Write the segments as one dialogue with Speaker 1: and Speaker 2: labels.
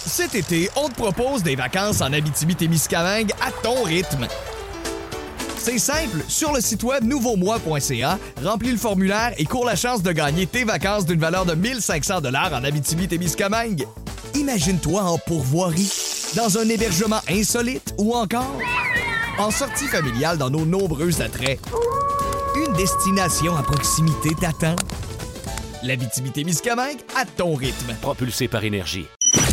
Speaker 1: Cet été, on te propose des vacances en Abitibi-Témiscamingue à ton rythme. C'est simple, sur le site web nouveaumois.ca, remplis le formulaire et cours la chance de gagner tes vacances d'une valeur de 1 500 $ en Abitibi-Témiscamingue. Imagine-toi en pourvoirie, dans un hébergement insolite ou encore en sortie familiale dans nos nombreux attraits. Une destination à proximité t'attend. L'Abitibi-Témiscamingue à ton rythme.
Speaker 2: Propulsé par Énergie.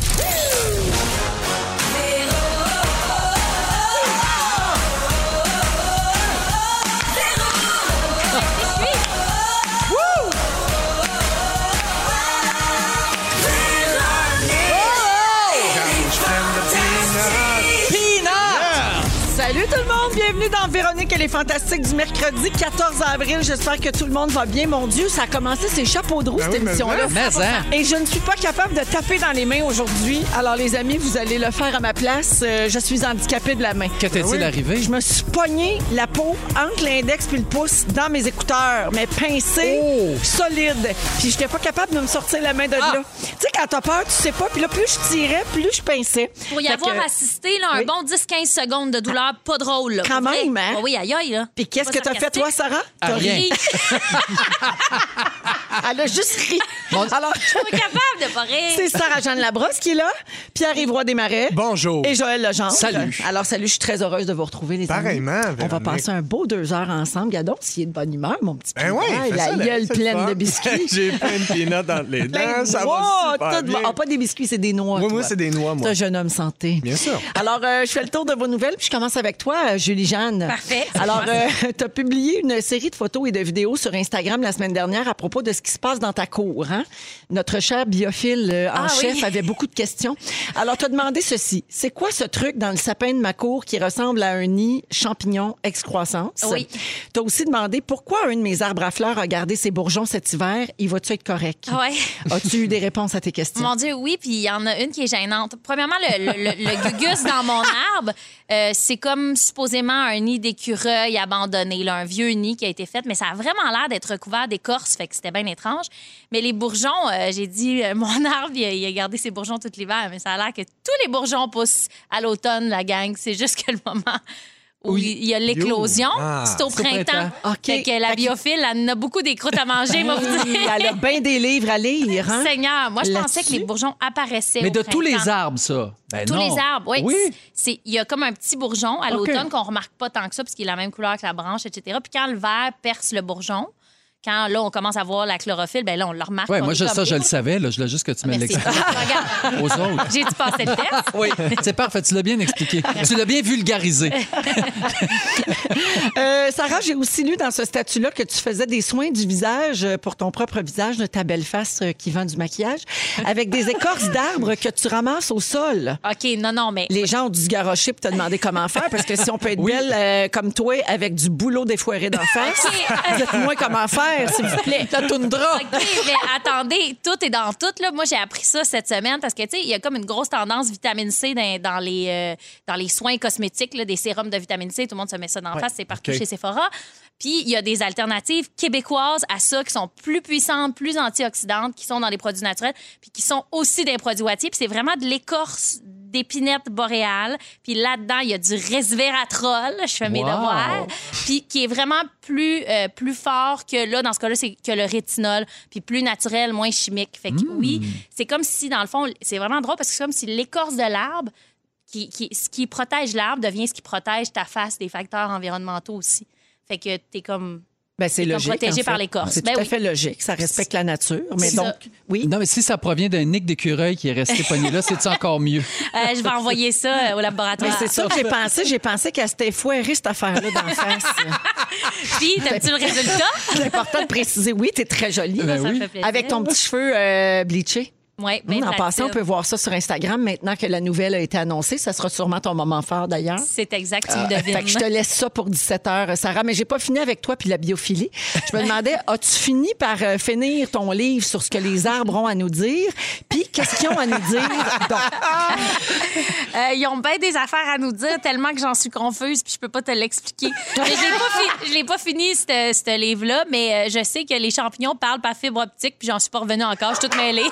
Speaker 3: Salut tout le monde, bienvenue dans Véronique et les Fantastiques du mercredi 14 avril. J'espère que tout le monde va bien. Mon Dieu, ça a commencé, c'est chapeau de roue cette émission-là. Et je ne suis pas capable de taper dans les mains aujourd'hui. Alors les amis, vous allez le faire à ma place. Je suis handicapée de la main.
Speaker 4: Que t'est-il arrivé?
Speaker 3: Je me suis pogné la peau entre l'index puis le pouce dans mes écouteurs, mais pincé, solide. Puis j'étais pas capable de me sortir la main de là. Tu sais, quand t'as peur, tu sais pas. Puis là, plus je tirais, plus je pinçais.
Speaker 5: Pour y avoir assisté, là, un bon 10-15 secondes de douleur, pas drôle. Là,
Speaker 3: quand même, hein?
Speaker 5: Oui, aïe, aïe. Là.
Speaker 3: Puis qu'est-ce que t'as fait, toi, Sarah? T'as
Speaker 4: rien.
Speaker 3: Elle a juste ri. Alors,
Speaker 5: je suis pas capable de pas rire.
Speaker 3: C'est Sarah-Jeanne Labrosse qui est là, Pierre-Yves Roy Desmarais.
Speaker 6: Bonjour.
Speaker 3: Et Joël Legendre.
Speaker 4: Salut.
Speaker 3: Alors, salut, je suis très heureuse de vous retrouver, les amis.
Speaker 6: Pareillement,
Speaker 3: On va
Speaker 6: Véronique.
Speaker 3: passer un beau 2 heures ensemble. Gadon, s'il est de bonne humeur, mon petit
Speaker 6: Ben oui,
Speaker 3: Pierre.
Speaker 6: fais ça,
Speaker 3: La gueule
Speaker 6: c'est
Speaker 3: pleine
Speaker 6: fun.
Speaker 3: de biscuits.
Speaker 6: J'ai plein de peanuts entre les dents,
Speaker 3: Plein de
Speaker 6: ça
Speaker 3: noix,
Speaker 6: va super
Speaker 3: tout
Speaker 6: bien.
Speaker 3: va- pas des biscuits, c'est des noix.
Speaker 6: Oui,
Speaker 3: toi.
Speaker 6: moi, c'est des noix, moi.
Speaker 3: C'est un jeune homme santé.
Speaker 6: Bien sûr.
Speaker 3: Alors, je fais le tour de vos nouvelles, puis je commence avec toi, Julie-Jeanne.
Speaker 5: Parfait.
Speaker 3: Alors, tu as publié une série de photos et de vidéos sur Instagram la semaine dernière à propos de ce qui se passe dans ta cour. Hein? Notre cher biophile en chef
Speaker 5: oui.
Speaker 3: avait beaucoup de questions. Alors, tu as demandé ceci. C'est quoi ce truc dans le sapin de ma cour qui ressemble à un nid champignon excroissance?
Speaker 5: Oui.
Speaker 3: Tu as aussi demandé pourquoi un de mes arbres à fleurs a gardé ses bourgeons cet hiver. Il va-tu être correct?
Speaker 5: Ouais.
Speaker 3: As-tu eu des réponses à tes questions?
Speaker 5: Mon Dieu, oui, puis il y en a une qui est gênante. Premièrement, le gugus dans mon arbre, c'est comme supposément un nid d'écureuil abandonné, là, un vieux nid qui a été fait, mais ça a vraiment l'air d'être recouvert d'écorce, fait que c'était bien étrange. Mais les bourgeons, j'ai dit, mon arbre, il a gardé ses bourgeons tout l'hiver, mais ça a l'air que tous les bourgeons poussent à l'automne, la gang. C'est juste que le moment où il y a l'éclosion, c'est au printemps.
Speaker 3: OK.
Speaker 5: Fait que la biophile, elle en a beaucoup des croûtes à manger, moi, vous
Speaker 3: Oui,
Speaker 5: dire.
Speaker 3: elle a bien des livres à lire. Hein?
Speaker 5: Seigneur, moi, je pensais que
Speaker 3: Là-dessus.
Speaker 5: les bourgeons apparaissaient
Speaker 4: Mais
Speaker 5: au
Speaker 4: de tous les
Speaker 5: printemps.
Speaker 4: arbres, ça. Ben
Speaker 5: Tous
Speaker 4: non.
Speaker 5: les arbres, oui.
Speaker 4: Oui.
Speaker 5: Il y a comme un petit bourgeon à
Speaker 3: OK.
Speaker 5: l'automne qu'on remarque pas tant que ça, parce qu'il est la même couleur que la branche, etc. Puis quand le vert perce le bourgeon, quand là, on commence à voir la chlorophylle, ben là, on le remarque.
Speaker 4: Ouais,
Speaker 5: On
Speaker 4: moi,
Speaker 5: est comme,
Speaker 4: ça, je le savais. Là, je voulais juste que tu me
Speaker 5: Merci.
Speaker 4: l'expliques
Speaker 5: Regarde,
Speaker 4: aux autres.
Speaker 5: j'ai-tu passé le test?
Speaker 4: Oui, c'est parfait. Tu l'as bien expliqué. Tu l'as bien vulgarisé.
Speaker 3: Sarah, j'ai aussi lu dans ce statut-là que tu faisais des soins du visage pour ton propre visage, de ta belle face qui vend du maquillage, avec des écorces d'arbres que tu ramasses au sol.
Speaker 5: OK, non, mais...
Speaker 3: Les gens ont dû se garrocher pour te demander comment faire, parce que si on peut être belle comme toi, avec du boulot défoiré d'en face, dites-moi comment faire, s'il vous plaît.
Speaker 4: La toundra.
Speaker 5: OK, mais attendez, tout est dans tout. Là. Moi, j'ai appris ça cette semaine parce que, tu sais, il y a comme une grosse tendance vitamine C dans les soins cosmétiques, là, des sérums de vitamine C. Tout le monde se met ça dans la face, c'est partout chez Sephora. Puis, il y a des alternatives québécoises à ça qui sont plus puissantes, plus antioxydantes, qui sont dans les produits naturels, puis qui sont aussi des produits Wattier. Puis, c'est vraiment de l'écorce d'épinette boréale. Puis là-dedans, il y a du resveratrol. Je fais mes devoirs. Puis qui est vraiment plus fort que là, dans ce cas-là, c'est que le rétinol. Puis plus naturel, moins chimique. Fait que oui, c'est comme si, dans le fond, c'est vraiment drôle parce que c'est comme si l'écorce de l'arbre, ce qui protège l'arbre devient ce qui protège ta face des facteurs environnementaux aussi. Fait que t'es comme...
Speaker 3: Ben, c'est
Speaker 5: comme
Speaker 3: logique.
Speaker 5: protégé
Speaker 3: en fait.
Speaker 5: par l'écorce.
Speaker 3: C'est
Speaker 5: Ben
Speaker 3: tout à
Speaker 5: oui.
Speaker 3: fait logique. Ça respecte la nature. Mais
Speaker 5: C'est
Speaker 3: donc,
Speaker 5: ça.
Speaker 3: oui.
Speaker 4: Non, mais si ça provient d'un nick d'écureuil qui est resté pogné là, c'est encore mieux.
Speaker 5: je vais envoyer ça au laboratoire.
Speaker 3: Mais c'est ça que j'ai pensé. J'ai pensé qu'elle s'était foirée, cette affaire-là, d'en face.
Speaker 5: Puis, t'as-tu le résultat?
Speaker 3: C'est important de préciser. Oui, t'es très jolie.
Speaker 4: Ben
Speaker 5: Ça me
Speaker 4: oui.
Speaker 5: fait plaisir.
Speaker 3: Avec ton petit cheveu bleaché.
Speaker 5: Oui, bien
Speaker 3: En passant, on peut voir ça sur Instagram maintenant que la nouvelle a été annoncée. Ça sera sûrement ton moment fort, d'ailleurs.
Speaker 5: C'est exact, tu le devines.
Speaker 3: Fait que je te laisse ça pour 17h, Sarah. Mais j'ai pas fini avec toi puis la biophilie. Je me demandais, as-tu fini par finir ton livre sur ce que les arbres ont à nous dire? Puis, qu'est-ce qu'ils ont à nous dire? Donc,
Speaker 5: Ils ont bien des affaires à nous dire tellement que j'en suis confuse puis je peux pas te l'expliquer. Mais je l'ai pas fini, ce livre-là, mais je sais que les champignons parlent par fibre optique puis j'en suis pas revenue encore. Je suis toute mêlée.
Speaker 6: Et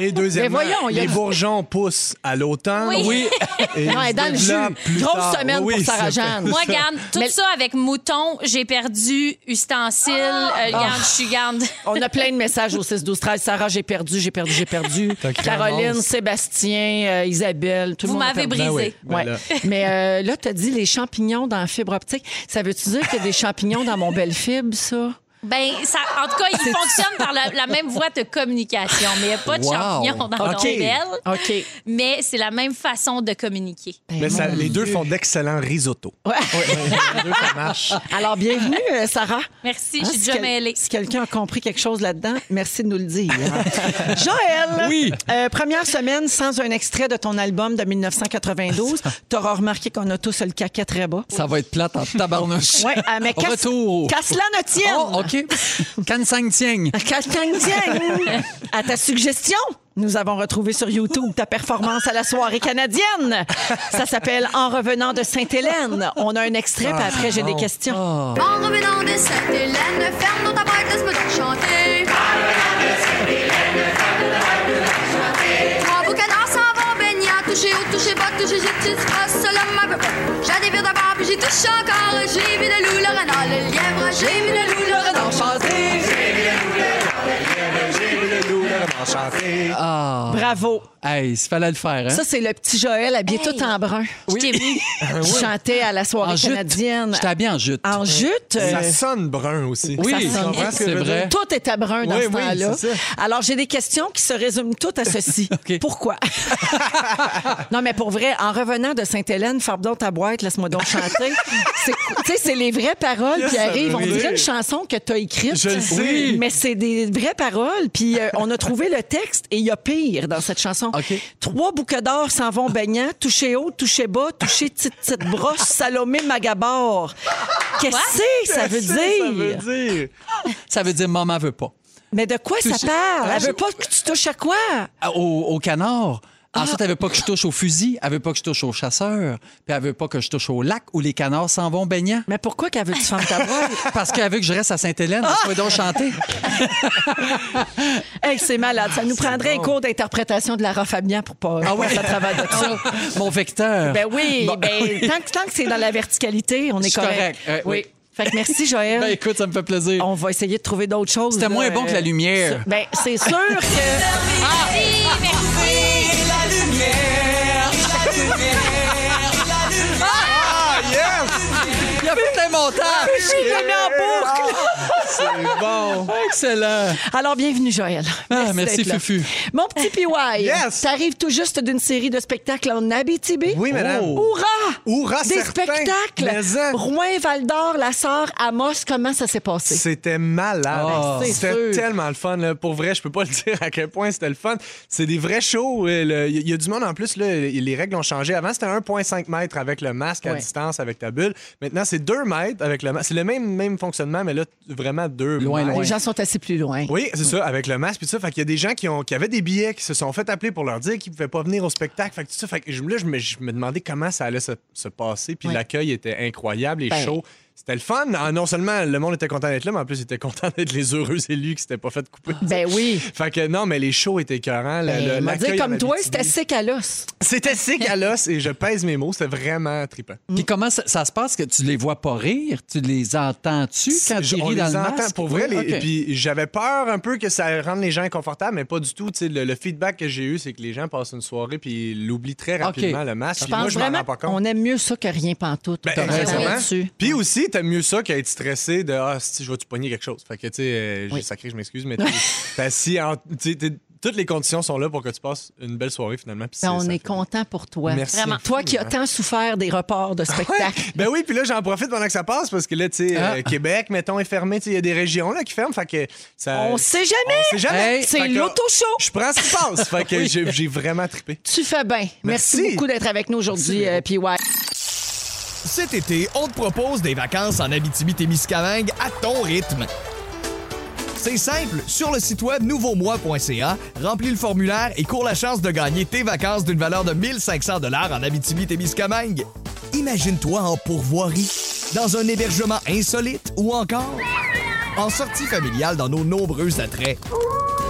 Speaker 6: Et deuxièmement,
Speaker 3: Mais voyons,
Speaker 6: les bourgeons poussent à l'automne.
Speaker 5: Oui.
Speaker 6: Et
Speaker 3: Non, elle est dans le jus. Grosse semaine pour Sarah-Jeanne.
Speaker 5: Moi, garde, tout ça avec mouton, j'ai perdu, ustensiles, garde, je suis garde.
Speaker 3: On a plein de messages au 6-12-13. Sarah, j'ai perdu. Caroline, Sébastien, Isabelle, tout le
Speaker 5: Vous
Speaker 3: monde a
Speaker 5: m'avez
Speaker 3: perdu.
Speaker 5: brisé.
Speaker 3: Ouais. Mais là, tu as dit les champignons dans la fibre optique. Ça veut-tu dire qu'il y a des champignons dans mon belle fibre, ça?
Speaker 5: Ben, ça, en tout cas, il fonctionne par la même voie de communication, mais il n'y a pas de champignons dans ton belle.
Speaker 3: OK.
Speaker 5: Mais c'est la même façon de communiquer.
Speaker 6: Mais les deux font d'excellents risottos.
Speaker 3: Ouais.
Speaker 6: Les deux, ça marche.
Speaker 3: Alors, bienvenue, Sarah.
Speaker 5: Merci,
Speaker 3: Hein,
Speaker 5: je suis déjà mêlée.
Speaker 3: Si quelqu'un a compris quelque chose là-dedans, merci de nous le dire. Joël!
Speaker 4: Oui.
Speaker 3: Première semaine sans un extrait de ton album de 1992. T'auras remarqué qu'on a tous le caquet très bas.
Speaker 4: Ça va être plate en tabarnouche.
Speaker 3: Oui, mais
Speaker 4: Retour.
Speaker 3: qu'à cela ne tienne!
Speaker 4: Oh, OK. Can sang tieng.
Speaker 3: Qu'à cela ne tienne! À ta suggestion, nous avons retrouvé sur YouTube ta performance à la soirée canadienne. Ça s'appelle En revenant de Sainte-Hélène. On a un extrait, puis après, j'ai des questions.
Speaker 2: En revenant de Sainte-Hélène, ferme dans ta boîte, laisse-moi donc chanter. Trois beaux canards s'en vont baigner, toucher haut, toucher bas, toucher j'ai tu seras seul à ma papa. J'ai des vieux d'abord, puis j'y touche encore. J'ai vu le loup, le renard, le lièvre. J'ai vu le loup, le renard chanter.
Speaker 6: J'ai vu le loup, le renard chanter.
Speaker 4: Ah.
Speaker 3: Bravo.
Speaker 4: Hey, il fallait le faire, hein?
Speaker 3: Ça, c'est le petit Joël habillé tout en brun.
Speaker 5: Je t'ai vu.
Speaker 3: Qui chantait à la soirée
Speaker 4: En jute.
Speaker 3: canadienne.
Speaker 4: J'étais habillé en jute.
Speaker 3: En jute?
Speaker 6: Ça sonne brun aussi.
Speaker 4: Oui,
Speaker 3: ça sonne-
Speaker 6: Tu comprends ce que
Speaker 4: c'est
Speaker 6: je veux
Speaker 4: vrai.
Speaker 6: dire?
Speaker 3: Tout était brun dans
Speaker 6: Oui,
Speaker 3: ce
Speaker 6: oui,
Speaker 3: temps-là.
Speaker 6: c'est ça.
Speaker 3: Alors, j'ai des questions qui se résument toutes à ceci.
Speaker 4: OK.
Speaker 3: Pourquoi? Non, mais pour vrai, en revenant de Sainte-Hélène, farbe donc ta boîte, laisse-moi donc chanter. Tu sais, c'est les vraies paroles qui
Speaker 6: Ça
Speaker 3: arrivent. On
Speaker 6: veut
Speaker 3: dirait
Speaker 6: dire.
Speaker 3: une chanson que tu as écrite.
Speaker 6: Je le sais.
Speaker 3: Mais c'est des vraies paroles. Puis on a trouvé le texte et il y a pire dans cette chanson.
Speaker 4: OK.
Speaker 3: 3 bouquets d'or s'en vont baignant, toucher haut, toucher bas, toucher petite brosse, Salomé Magabord. Qu'est-ce que ça veut
Speaker 6: Ça veut
Speaker 3: dire?
Speaker 6: dire.
Speaker 4: Ça veut dire maman veut pas.
Speaker 3: Mais de quoi ça
Speaker 4: Toucher-
Speaker 3: parle? Elle veut pas que tu touches à quoi?
Speaker 4: Au canard. Ensuite, elle veut pas que je touche au fusil, elle veut pas que je touche au chasseur, puis elle veut pas que je touche au lac où les canards s'en vont baignant.
Speaker 3: Mais pourquoi qu'elle veut que tu fermes ta boîte?
Speaker 4: Parce qu'elle veut que je reste à Sainte-Hélène, laisse-moi donc chanter.
Speaker 3: Hey, c'est malade. Ça nous prendrait un cours d'interprétation de Lara Fabian pour pas passer à travers de ça.
Speaker 4: Mon vecteur.
Speaker 3: Ben oui,
Speaker 4: Bon.
Speaker 3: ben, tant que c'est dans la verticalité, on est
Speaker 4: C'est
Speaker 3: correct.
Speaker 4: correct,
Speaker 3: Oui.
Speaker 4: oui.
Speaker 3: Fait que merci, Joël.
Speaker 4: Ben écoute, ça me fait plaisir.
Speaker 3: On va essayer de trouver d'autres choses.
Speaker 4: C'était
Speaker 3: là,
Speaker 4: moins bon que la lumière.
Speaker 3: Ben, c'est sûr que...
Speaker 6: Ah, yes!
Speaker 4: Il a fait un montage.
Speaker 3: Je l'ai mis en boucle.
Speaker 6: C'est bon.
Speaker 4: Excellent.
Speaker 3: Alors, bienvenue, Joël.
Speaker 4: Merci,
Speaker 3: d'être là.
Speaker 4: Fufu.
Speaker 3: Mon petit PY,
Speaker 6: Yes.
Speaker 3: t'arrives tout juste d'une série de spectacles en Abitibi.
Speaker 6: Oui, madame.
Speaker 3: Hourra!
Speaker 6: Hourra,
Speaker 3: Des
Speaker 6: certain.
Speaker 3: spectacles.
Speaker 6: Mais en-
Speaker 3: Rouen, Val-d'Or, La Sarre, Amos, comment ça s'est passé?
Speaker 6: C'était malade.
Speaker 4: Ah.
Speaker 3: C'est
Speaker 6: C'était
Speaker 3: sûr.
Speaker 6: tellement le fun. Là. Pour vrai, je peux pas le dire à quel point c'était le fun. C'est des vrais shows. Il y a du monde en plus. Là, les règles ont changé. Avant, c'était 1,5 mètres avec le masque à
Speaker 3: Ouais.
Speaker 6: distance avec ta bulle. Maintenant, c'est 2 mètres avec le masque. C'est le même fonctionnement, mais là, vraiment 2
Speaker 4: Loin,
Speaker 6: mètres.
Speaker 4: loin.
Speaker 3: Les gens sont assis plus loin.
Speaker 6: Oui, c'est ça, avec le masque puis tout ça. Fait qu'il y a des gens qui avaient des billets, qui se sont fait appeler pour leur dire qu'ils pouvaient pas venir au spectacle. Fait que tout ça, fait que je me demandais comment ça allait se passer. Puis
Speaker 3: Ouais.
Speaker 6: l'accueil était incroyable, les
Speaker 3: Ben.
Speaker 6: shows. C'était le fun. Ah, non seulement le monde était content d'être là, mais en plus, ils étaient contents d'être les heureux élus qui s'étaient pas fait couper.
Speaker 3: Ben oui.
Speaker 6: Fait que non, mais les shows étaient écœurants.
Speaker 3: Ben, on va dire
Speaker 6: l'accueil
Speaker 3: comme
Speaker 6: en
Speaker 3: toi,
Speaker 6: Abitibi.
Speaker 3: c'était sec à l'os.
Speaker 6: C'était sick à l'os et je pèse mes mots. C'était vraiment trippant.
Speaker 4: Puis comment ça se passe que tu les vois pas rire? Tu les entends-tu quand tu
Speaker 6: On
Speaker 4: ris
Speaker 6: les
Speaker 4: dans le
Speaker 6: entend
Speaker 4: masque?
Speaker 6: pour vrai.
Speaker 4: Oui, OK.
Speaker 6: Puis j'avais peur un peu que ça rende les gens inconfortables, mais pas du tout. Tu sais, le feedback que j'ai eu, c'est que les gens passent une soirée puis ils l'oublient très rapidement, le masque.
Speaker 3: Je
Speaker 6: Puis moi,
Speaker 3: pense
Speaker 6: je m'en
Speaker 3: vraiment
Speaker 6: rends pas compte.
Speaker 3: qu'on aime mieux ça que rien pantoute.
Speaker 6: Ben,
Speaker 3: T'as raison
Speaker 6: exactement.
Speaker 3: là-dessus.
Speaker 6: Puis aussi, t'aimes mieux ça qu'être stressé de si je vais-tu pogner quelque chose. Fait que, tu sais, j'ai sacré, je m'excuse, mais ben, si toutes les conditions sont là pour que tu passes une belle soirée finalement. Puis
Speaker 3: Ben, on
Speaker 6: ça
Speaker 3: est
Speaker 6: fait-
Speaker 3: content pour toi.
Speaker 6: Merci.
Speaker 5: Vraiment.
Speaker 3: Toi qui as tant souffert des reports de spectacles.
Speaker 6: Ben oui, puis là, j'en profite pendant que ça passe parce que là, tu sais, Québec, mettons, est fermé. Tu sais, il y a des régions là, qui ferment. Fait que ça.
Speaker 3: On sait jamais.
Speaker 6: On sait jamais.
Speaker 4: Hey,
Speaker 3: C'est
Speaker 6: Fait que
Speaker 3: l'auto-show.
Speaker 6: Je prends ce qui passe. Fait que j'ai vraiment trippé.
Speaker 3: Tu fais bien. Merci
Speaker 6: Merci.
Speaker 3: beaucoup d'être avec nous aujourd'hui,
Speaker 6: Merci,
Speaker 3: PY.
Speaker 1: Cet été, on te propose des vacances en Abitibi-Témiscamingue à ton rythme. C'est simple, sur le site web nouveaumois.ca, remplis le formulaire et cours la chance de gagner tes vacances d'une valeur de 1500 $ en Abitibi-Témiscamingue. Imagine-toi en pourvoirie, dans un hébergement insolite ou encore en sortie familiale dans nos nombreux attraits. Une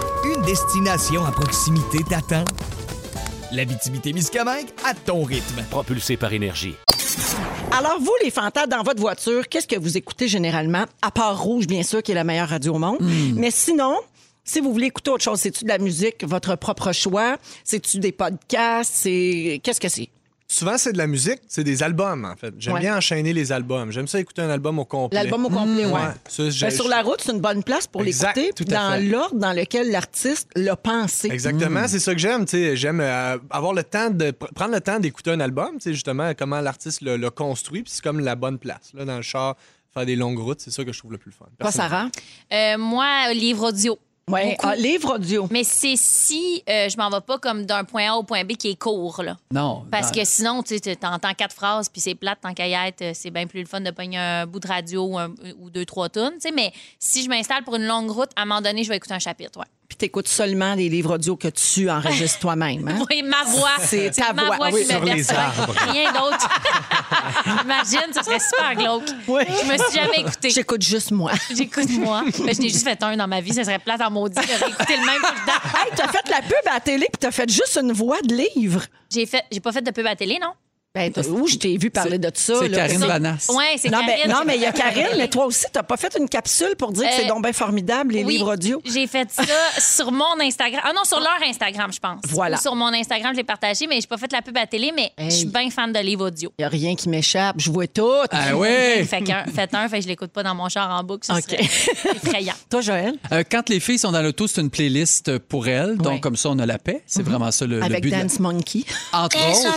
Speaker 1: destination à proximité t'attend. L'Abitibi-Témiscamingue à ton rythme.
Speaker 7: Propulsé par Énergie.
Speaker 3: Alors, vous, les fantas, dans votre voiture, qu'est-ce que vous écoutez généralement? À part Rouge, bien sûr, qui est la meilleure radio au monde. Mais sinon, si vous voulez écouter autre chose, c'est-tu de la musique, votre propre choix? C'est-tu des podcasts? Qu'est-ce que c'est?
Speaker 6: Souvent, c'est de la musique, c'est des albums, en fait. J'aime bien enchaîner les albums. J'aime ça écouter un album au complet.
Speaker 3: L'album au complet, oui. Sur la route, c'est une bonne place pour l'écouter, dans l'ordre dans lequel l'artiste l'a pensé.
Speaker 6: Exactement, c'est ça que j'aime. J'aime avoir le temps prendre le temps d'écouter un album, justement, comment l'artiste l'a construit, puis c'est comme la bonne place. Là, dans le char, faire des longues routes, c'est ça que je trouve le plus fun.
Speaker 3: Pas Sarah?
Speaker 5: Moi, livre audio.
Speaker 3: Oui, livre audio.
Speaker 5: Mais c'est si je m'en vais pas comme d'un point A au point B qui est court, là.
Speaker 4: Non.
Speaker 5: Parce que sinon, tu entends 4 phrases, puis c'est plate, tant qu'à y être, c'est bien plus le fun de pogner un bout de radio ou 2-3 tunes, tu sais. Mais si je m'installe pour une longue route, à un moment donné, je vais écouter un chapitre, ouais.
Speaker 3: Puis t'écoutes seulement des livres audio que tu enregistres toi-même, hein?
Speaker 5: Oui, ma voix.
Speaker 3: C'est ta
Speaker 5: ma voix qui
Speaker 6: sur
Speaker 5: me
Speaker 6: les
Speaker 5: verse.
Speaker 6: arbres.
Speaker 5: Rien d'autre. Imagine, ça serait super glauque.
Speaker 3: Oui.
Speaker 5: Je me suis jamais écoutée.
Speaker 3: J'écoute juste moi.
Speaker 5: J'écoute moi. Ben, je n'ai juste fait un dans ma vie. Ça serait plate en maudit de réécouter le même tout le temps.
Speaker 3: Hey, t'as fait la pub à la télé puis t'as fait juste une voix de livre.
Speaker 5: J'ai pas fait de pub à télé, non?
Speaker 3: Ben, où je t'ai vu parler de ça?
Speaker 4: C'est
Speaker 3: là.
Speaker 4: Karine Vanasse.
Speaker 5: Oui, c'est
Speaker 3: Non,
Speaker 5: Karine.
Speaker 3: non, mais il y a Karine, mais toi aussi, t'as pas fait une capsule pour dire que c'est donc bien formidable, les livres audio?
Speaker 5: J'ai fait ça sur mon Instagram. Ah non, sur leur Instagram, je pense.
Speaker 3: Voilà.
Speaker 5: Ou sur mon Instagram, je l'ai partagé, mais j'ai pas fait la pub à télé, mais je suis bien fan de livres audio.
Speaker 3: Il n'y a rien qui m'échappe, je vois tout.
Speaker 4: Ah oui!
Speaker 5: Faites un, je l'écoute pas dans mon char en boucle. Ça
Speaker 3: OK.
Speaker 5: serait effrayant.
Speaker 3: Toi, Joël?
Speaker 4: Quand les filles sont dans l'auto, c'est une playlist pour elles. Donc, comme ça, on a la paix. C'est vraiment ça le
Speaker 3: Avec
Speaker 4: but.
Speaker 3: Dance Monkey.
Speaker 4: Entre autres.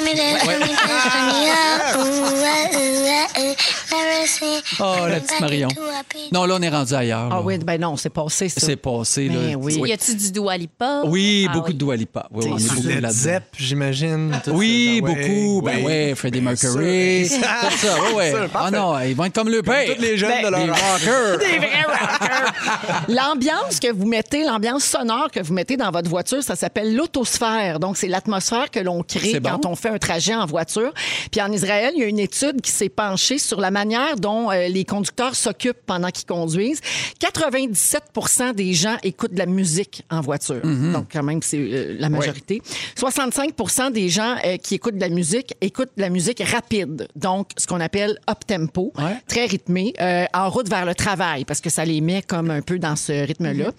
Speaker 4: Oh, la petite Marion. Non, là, on est rendu ailleurs.
Speaker 3: Ah
Speaker 4: là.
Speaker 3: oui, ben non, c'est passé, ça.
Speaker 4: C'est passé, là.
Speaker 3: Ben oui.
Speaker 5: Y a-tu du Dua Lipa?
Speaker 4: Oui,
Speaker 5: Ah
Speaker 4: beaucoup
Speaker 5: oui.
Speaker 4: de Dua Lipa. Oui, on est beaucoup
Speaker 6: Led
Speaker 4: là-dedans.
Speaker 6: Zepp, j'imagine. tout
Speaker 4: Oui,
Speaker 6: ça.
Speaker 4: beaucoup. Ben ouais, Freddie Mercury. Tout ça, ouais.
Speaker 6: Ça,
Speaker 4: Ah non, ils vont être comme le père.
Speaker 6: Tous les jeunes de leur
Speaker 4: Les
Speaker 6: âge.
Speaker 4: rockers.
Speaker 3: Des vrais rockers. L'ambiance que vous mettez, l'ambiance sonore que vous mettez dans votre voiture, ça s'appelle l'autosphère. Donc, c'est l'atmosphère que l'on crée
Speaker 4: C'est bon.
Speaker 3: quand on fait un trajet en voiture. Puis en Israël, il y a une étude qui s'est penchée sur la manière dont les conducteurs s'occupent pendant qu'ils conduisent. 97% des gens écoutent de la musique en voiture. Donc, quand même, c'est la majorité. 65% des gens qui écoutent de la musique écoutent de la musique rapide. Donc, ce qu'on appelle up-tempo, très rythmé, en route vers le travail, parce que ça les met comme un peu dans ce rythme-là.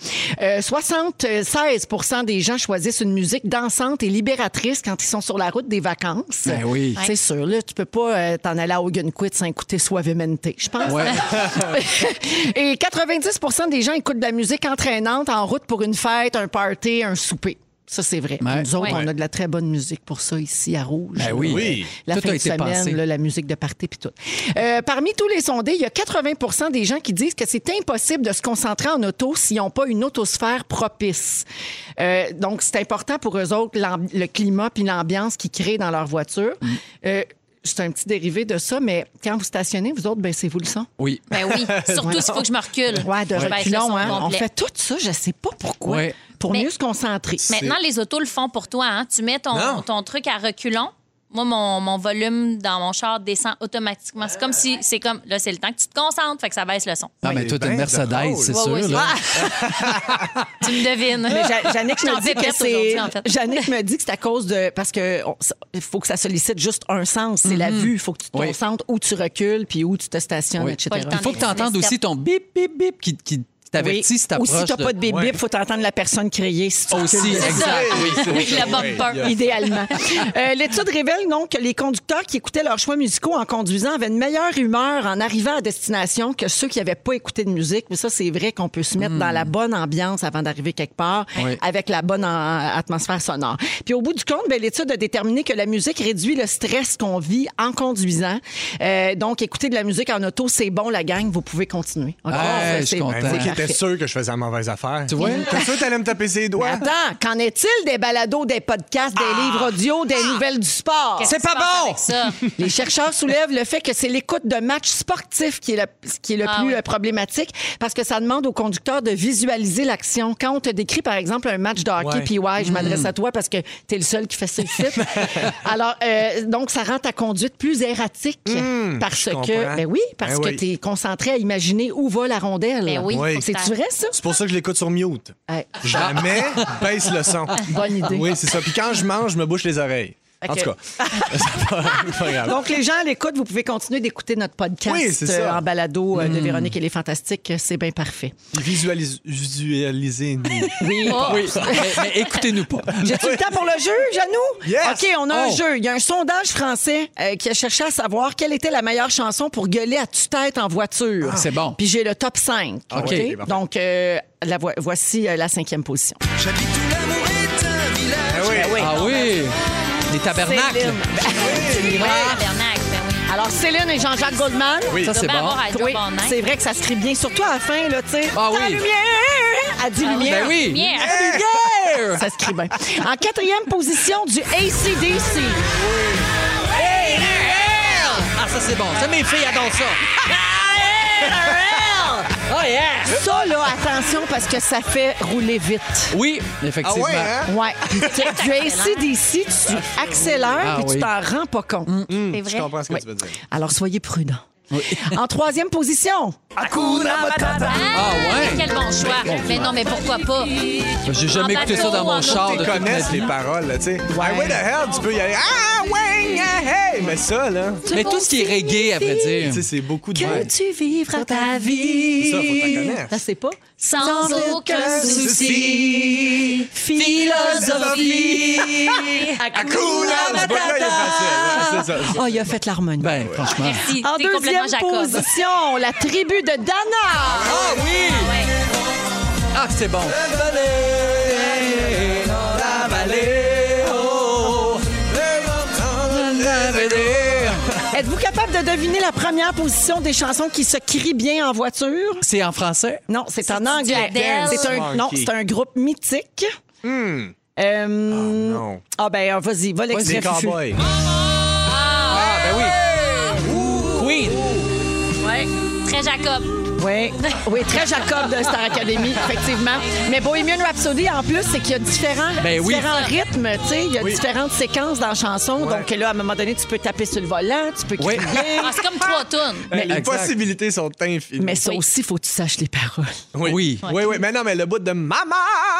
Speaker 3: 76% des gens choisissent une musique dansante et libératrice quand ils sont sur la route des vacances.
Speaker 4: Ben oui.
Speaker 3: C'est sûr, là, tu peux pas t'en aller à Ogunquit sans écouter Suavemente, je pense.
Speaker 4: Ouais.
Speaker 3: Et 90% des gens écoutent de la musique entraînante en route pour une fête, un party, un souper. Ça, c'est vrai.
Speaker 4: Ouais.
Speaker 3: Nous autres,
Speaker 5: Ouais.
Speaker 3: on a de la très bonne musique pour ça ici à Rouge.
Speaker 4: Ben oui.
Speaker 6: Oui.
Speaker 3: La
Speaker 4: Tout
Speaker 3: fin
Speaker 4: a
Speaker 3: de
Speaker 4: été
Speaker 3: semaine,
Speaker 4: pensé.
Speaker 3: là, la musique de party puis tout. Parmi tous les sondés, il y a 80% des gens qui disent que c'est impossible de se concentrer en auto s'ils n'ont pas une autosphère propice. Donc, c'est important pour eux autres, le climat puis l'ambiance qu'ils créent dans leur voiture. C'est un petit dérivé de ça, mais quand vous stationnez, vous autres, baissez-vous le son.
Speaker 4: Oui.
Speaker 5: Ben oui. Surtout s'il faut que je me recule.
Speaker 3: Ouais, de
Speaker 5: Je baisse le
Speaker 3: reculons,
Speaker 5: son
Speaker 3: hein. On
Speaker 5: complet.
Speaker 3: fait tout ça, je sais pas pourquoi.
Speaker 4: Ouais.
Speaker 3: Pour
Speaker 5: Mais-
Speaker 3: mieux se concentrer.
Speaker 5: Maintenant, les autos le font pour toi. Hein? Tu mets ton truc à reculons. Moi, mon volume dans mon char descend automatiquement. C'est comme si, là, c'est le temps que tu te concentres, fait que ça baisse le son.
Speaker 4: Ah, mais
Speaker 6: C'est
Speaker 4: toi, t'es une
Speaker 6: bien
Speaker 4: Mercedes,
Speaker 6: drôle.
Speaker 4: c'est
Speaker 5: Ouais,
Speaker 4: sûr.
Speaker 5: ouais,
Speaker 4: là.
Speaker 5: Tu me devines.
Speaker 3: Mais Jannick
Speaker 5: Je
Speaker 3: me
Speaker 5: t'en
Speaker 3: dit
Speaker 5: fais
Speaker 3: que
Speaker 5: prête
Speaker 3: c'est.
Speaker 5: aujourd'hui, en fait.
Speaker 3: Jannick me dit que c'est à cause de. Parce que il faut que ça sollicite juste un sens. C'est la vue. Il faut que tu te
Speaker 4: Oui.
Speaker 3: concentres où tu recules puis où tu te stationnes,
Speaker 4: Oui.
Speaker 3: etc.
Speaker 5: Pas le temps
Speaker 4: Il faut que tu entendes aussi ton bip, bip, bip qui t'avertit si
Speaker 3: Ou
Speaker 4: t'approches.
Speaker 3: si tu n'as pas de bip bip, il faut t'entendre la personne crier. Si tu
Speaker 4: Aussi,
Speaker 3: recules.
Speaker 4: exact.
Speaker 5: Avec le bumper.
Speaker 3: Idéalement. L'étude révèle donc que les conducteurs qui écoutaient leurs choix musicaux en conduisant avaient une meilleure humeur en arrivant à destination que ceux qui n'avaient pas écouté de musique. Mais ça, c'est vrai qu'on peut se mettre dans la bonne ambiance avant d'arriver quelque part
Speaker 4: Oui.
Speaker 3: avec la bonne atmosphère sonore. Puis au bout du compte, l'étude a déterminé que la musique réduit le stress qu'on vit en conduisant. Donc, écouter de la musique en auto, c'est bon, la gang. Vous pouvez continuer. OK?
Speaker 4: Ouais, je suis content.
Speaker 6: Ben, moi qui
Speaker 3: parfait.
Speaker 6: étais sûr que je faisais la mauvaise affaire.
Speaker 4: Tu vois?
Speaker 6: T'es sûr que t'allais me taper ses doigts?
Speaker 3: Attends, qu'en est-il des balados, des podcasts, des livres audio, des nouvelles du sport?
Speaker 5: Qu'est-ce qui se passe avec ça?
Speaker 3: Les chercheurs soulèvent le fait que c'est l'écoute de matchs sportifs qui est le
Speaker 5: Ah
Speaker 3: plus
Speaker 5: oui.
Speaker 3: problématique parce que ça demande aux conducteurs de visualiser l'action. Quand on te décrit, par exemple, un match de hockey,
Speaker 6: Ouais.
Speaker 3: puis je m'adresse à toi parce que t'es le seul qui fait ça ici. Alors, donc, ça rend ta conduite plus erratique parce
Speaker 6: je
Speaker 3: que,
Speaker 6: comprends.
Speaker 3: ben oui, parce
Speaker 6: Ben
Speaker 3: que
Speaker 6: oui.
Speaker 3: t'es concentré à imaginer où va la rondelle.
Speaker 5: Ben oui.
Speaker 6: Oui.
Speaker 3: Donc, c'est C'est-tu vrai, ça?
Speaker 6: C'est pour ça que je l'écoute sur mute.
Speaker 3: Hey.
Speaker 6: Jamais baisse le son.
Speaker 3: Bonne idée.
Speaker 6: Oui, c'est ça. Puis quand je mange, je me bouche les oreilles. En tout cas, c'est pas grave.
Speaker 3: Donc, les gens à l'écoute, vous pouvez continuer d'écouter notre podcast
Speaker 6: Oui, c'est ça.
Speaker 3: en balado de Véronique et les Fantastiques. C'est bien parfait.
Speaker 6: Visualisez-nous.
Speaker 3: Oui.
Speaker 4: Oui, mais écoutez-nous pas.
Speaker 3: J'ai-tu le temps pour le jeu, Janou?
Speaker 6: Yes.
Speaker 3: OK, on a un jeu. Il y a un sondage français qui a cherché à savoir quelle était la meilleure chanson pour gueuler à tue-tête en voiture.
Speaker 4: C'est bon.
Speaker 3: Puis j'ai le top 5. OK?
Speaker 6: OK.
Speaker 3: Donc, voici la 5e position.
Speaker 6: Oui.
Speaker 4: Ah oui! Les tabernacles.
Speaker 3: Céline.
Speaker 5: Ouais, Tabernacle, ben oui.
Speaker 3: Alors, Céline et Jean-Jacques Goldman.
Speaker 6: Oui.
Speaker 4: Ça, c'est
Speaker 5: Doit bien
Speaker 4: bon.
Speaker 5: avoir à Joe
Speaker 3: Oui,
Speaker 5: Bon Night.
Speaker 3: c'est vrai que ça se crie bien, surtout à la fin, là, tu sais.
Speaker 4: Ah oui.
Speaker 3: La lumière! Elle dit lumière.
Speaker 4: Ben oui!
Speaker 5: Lumière.
Speaker 4: Lumière!
Speaker 3: Ça se crie bien. En 4e position, du AC/DC.
Speaker 4: Ah, ça, c'est bon. Ça, mes filles adorent ça. Oh, yeah!
Speaker 3: Ça, là, attention, parce que ça fait rouler vite.
Speaker 4: Oui, effectivement.
Speaker 6: Ah ouais, hein?
Speaker 3: Ouais. Puis du AC/DC, tu accélères
Speaker 4: Ah
Speaker 3: puis tu
Speaker 4: oui.
Speaker 3: t'en rends pas compte.
Speaker 5: C'est
Speaker 6: Je
Speaker 5: vrai.
Speaker 6: comprends ce que tu veux dire.
Speaker 3: Alors, soyez prudents. En 3e position,
Speaker 4: Ah ouais?
Speaker 5: Quel bon choix. Mais non, mais pourquoi pas?
Speaker 4: J'ai jamais
Speaker 5: En
Speaker 4: écouté ça dans
Speaker 5: bateau,
Speaker 4: mon
Speaker 5: en
Speaker 4: char
Speaker 6: Tu
Speaker 4: de toute ma
Speaker 6: connaisses
Speaker 4: vie.
Speaker 6: les paroles, là, tu sais. Highway to Hell, tu peux y aller. Ah, ouais, hey! Mais ça, là,
Speaker 4: Mais tout ce qui est reggae, à vrai
Speaker 6: tu
Speaker 4: dire.
Speaker 6: sais, c'est beaucoup de
Speaker 3: que
Speaker 6: vibes.
Speaker 3: tu vivras ta vie.
Speaker 6: Ça, faut que tu connaisses.
Speaker 3: Ça, c'est pas?
Speaker 5: Sans aucun
Speaker 6: souci.
Speaker 3: Philosophie.
Speaker 6: Hakuna Matata. Là, il est facile. Ouais, c'est ça.
Speaker 3: Oh, il a fait l'harmonie.
Speaker 4: Ben, franchement.
Speaker 5: Merci.
Speaker 3: En
Speaker 5: T'es complètement
Speaker 3: 2e
Speaker 5: Jacob.
Speaker 3: position, la tribu de Dana.
Speaker 4: Ah oui!
Speaker 5: Ouais.
Speaker 4: Ah, c'est bon.
Speaker 3: Êtes-vous capable de deviner la première position des chansons qui se crient bien en voiture?
Speaker 4: C'est en français?
Speaker 3: Non, c'est en anglais.
Speaker 5: Adele.
Speaker 3: Non, c'est un groupe mythique.
Speaker 6: Non.
Speaker 3: Ah ben, vas-y, va l'extrait.
Speaker 6: Les
Speaker 3: Fufu.
Speaker 6: cowboys.
Speaker 4: Ah, ben oui. Queen.
Speaker 5: Ouais. Très Jacob.
Speaker 3: Oui, oui, très Jacob de Star Academy, effectivement. Mais Bohemian Rhapsody, en plus, c'est qu'il y a différents rythmes, tu sais, il y a différentes séquences dans la chanson.
Speaker 6: Ouais.
Speaker 3: Donc là, à un moment donné, tu peux taper sur le volant, tu peux crier.
Speaker 5: Ah, c'est comme 3 tonnes.
Speaker 6: Les
Speaker 4: exact.
Speaker 6: possibilités sont infinies.
Speaker 3: Mais ça aussi, il faut que tu saches les paroles.
Speaker 4: Oui.
Speaker 6: Oui, oui. Mais non, mais le bout de Mama,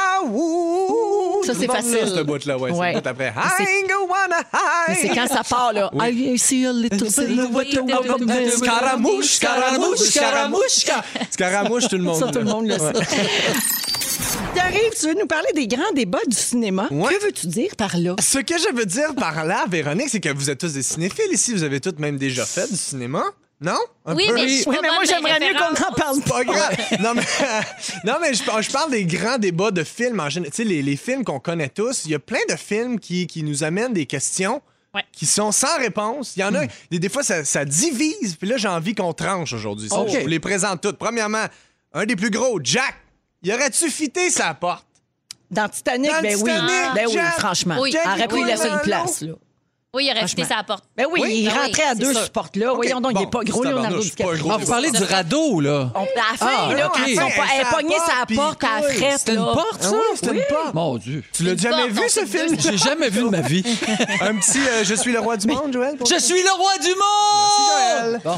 Speaker 6: ouh,
Speaker 3: Ça, c'est
Speaker 6: tout le monde
Speaker 3: facile.
Speaker 6: là, ce bout-là, ouais.
Speaker 3: Ouais.
Speaker 6: C'est le bout après.
Speaker 3: c'est-
Speaker 6: I ain't gonna
Speaker 3: Mais
Speaker 6: hide.
Speaker 3: c'est quand ça part, là. I see a little silhouette of a
Speaker 6: Scaramouche, Scaramouche, Scaramouche. Scaramouche, tout le monde.
Speaker 3: Ça, tout le monde le sait. T'arrives, tu veux nous parler des grands débats du cinéma.
Speaker 6: Ouais.
Speaker 3: Que veux-tu dire par là?
Speaker 6: Ce que je veux dire par là, Véronique, c'est que vous êtes tous des cinéphiles ici. Vous avez tous même déjà fait du cinéma. Non? Un
Speaker 5: Oui,
Speaker 6: peu?
Speaker 5: mais je suis
Speaker 3: Oui,
Speaker 5: pas
Speaker 3: mais moi,
Speaker 5: bonne
Speaker 3: j'aimerais
Speaker 5: des
Speaker 3: mieux qu'on
Speaker 5: références.
Speaker 3: en parle
Speaker 6: Pas grave. Non, mais je parle des grands débats de films en général. Tu sais, les films qu'on connaît tous, il y a plein de films qui nous amènent des questions
Speaker 5: Ouais.
Speaker 6: qui sont sans réponse. Il y en a, des fois, ça divise. Puis là, j'ai envie qu'on tranche aujourd'hui. Ça,
Speaker 3: OK.
Speaker 6: Je vous les présente toutes. Premièrement, un des plus gros, Jack. Y aurait-tu fité sa porte?
Speaker 3: Dans Titanic,
Speaker 6: Dans
Speaker 3: ben
Speaker 6: Titanic,
Speaker 3: oui. Ben oui,
Speaker 6: Jack.
Speaker 3: franchement.
Speaker 5: Oui.
Speaker 3: Elle aurait pu lui laisser une
Speaker 6: Jack,
Speaker 3: place, là.
Speaker 5: Oui, il aurait fité sa porte.
Speaker 3: Ben oui,
Speaker 6: Oui,
Speaker 3: il
Speaker 5: ben oui,
Speaker 3: rentrait à
Speaker 5: c'est
Speaker 3: deux
Speaker 5: sûr.
Speaker 3: sur ce porte-là. Voyons donc, il n'est
Speaker 6: bon,
Speaker 3: pas gros,
Speaker 6: c'est
Speaker 3: Leonardo
Speaker 6: tabarnouche, c'est pas un
Speaker 3: DiCaprio.
Speaker 6: gros
Speaker 4: Ah, vous parlez du radeau, là.
Speaker 3: À la fin,
Speaker 4: Ah,
Speaker 3: là,
Speaker 4: OK.
Speaker 3: quand elle est pognée sa
Speaker 6: puis
Speaker 3: porte à la
Speaker 6: couille.
Speaker 3: frette,
Speaker 4: C'était une
Speaker 3: là.
Speaker 4: porte,
Speaker 6: Ah
Speaker 4: ça?
Speaker 6: oui, c'était une porte.
Speaker 4: Mon Dieu.
Speaker 6: Tu l'as
Speaker 5: Une
Speaker 6: jamais
Speaker 5: porte,
Speaker 6: vu,
Speaker 5: donc
Speaker 6: ce
Speaker 5: c'est
Speaker 6: film?
Speaker 5: deux.
Speaker 4: J'ai jamais vu de ma vie.
Speaker 6: Un petit Je suis le roi du monde, Joël? pour
Speaker 4: Je
Speaker 6: toi?
Speaker 4: suis le roi du monde!
Speaker 6: Joël.
Speaker 4: Bon.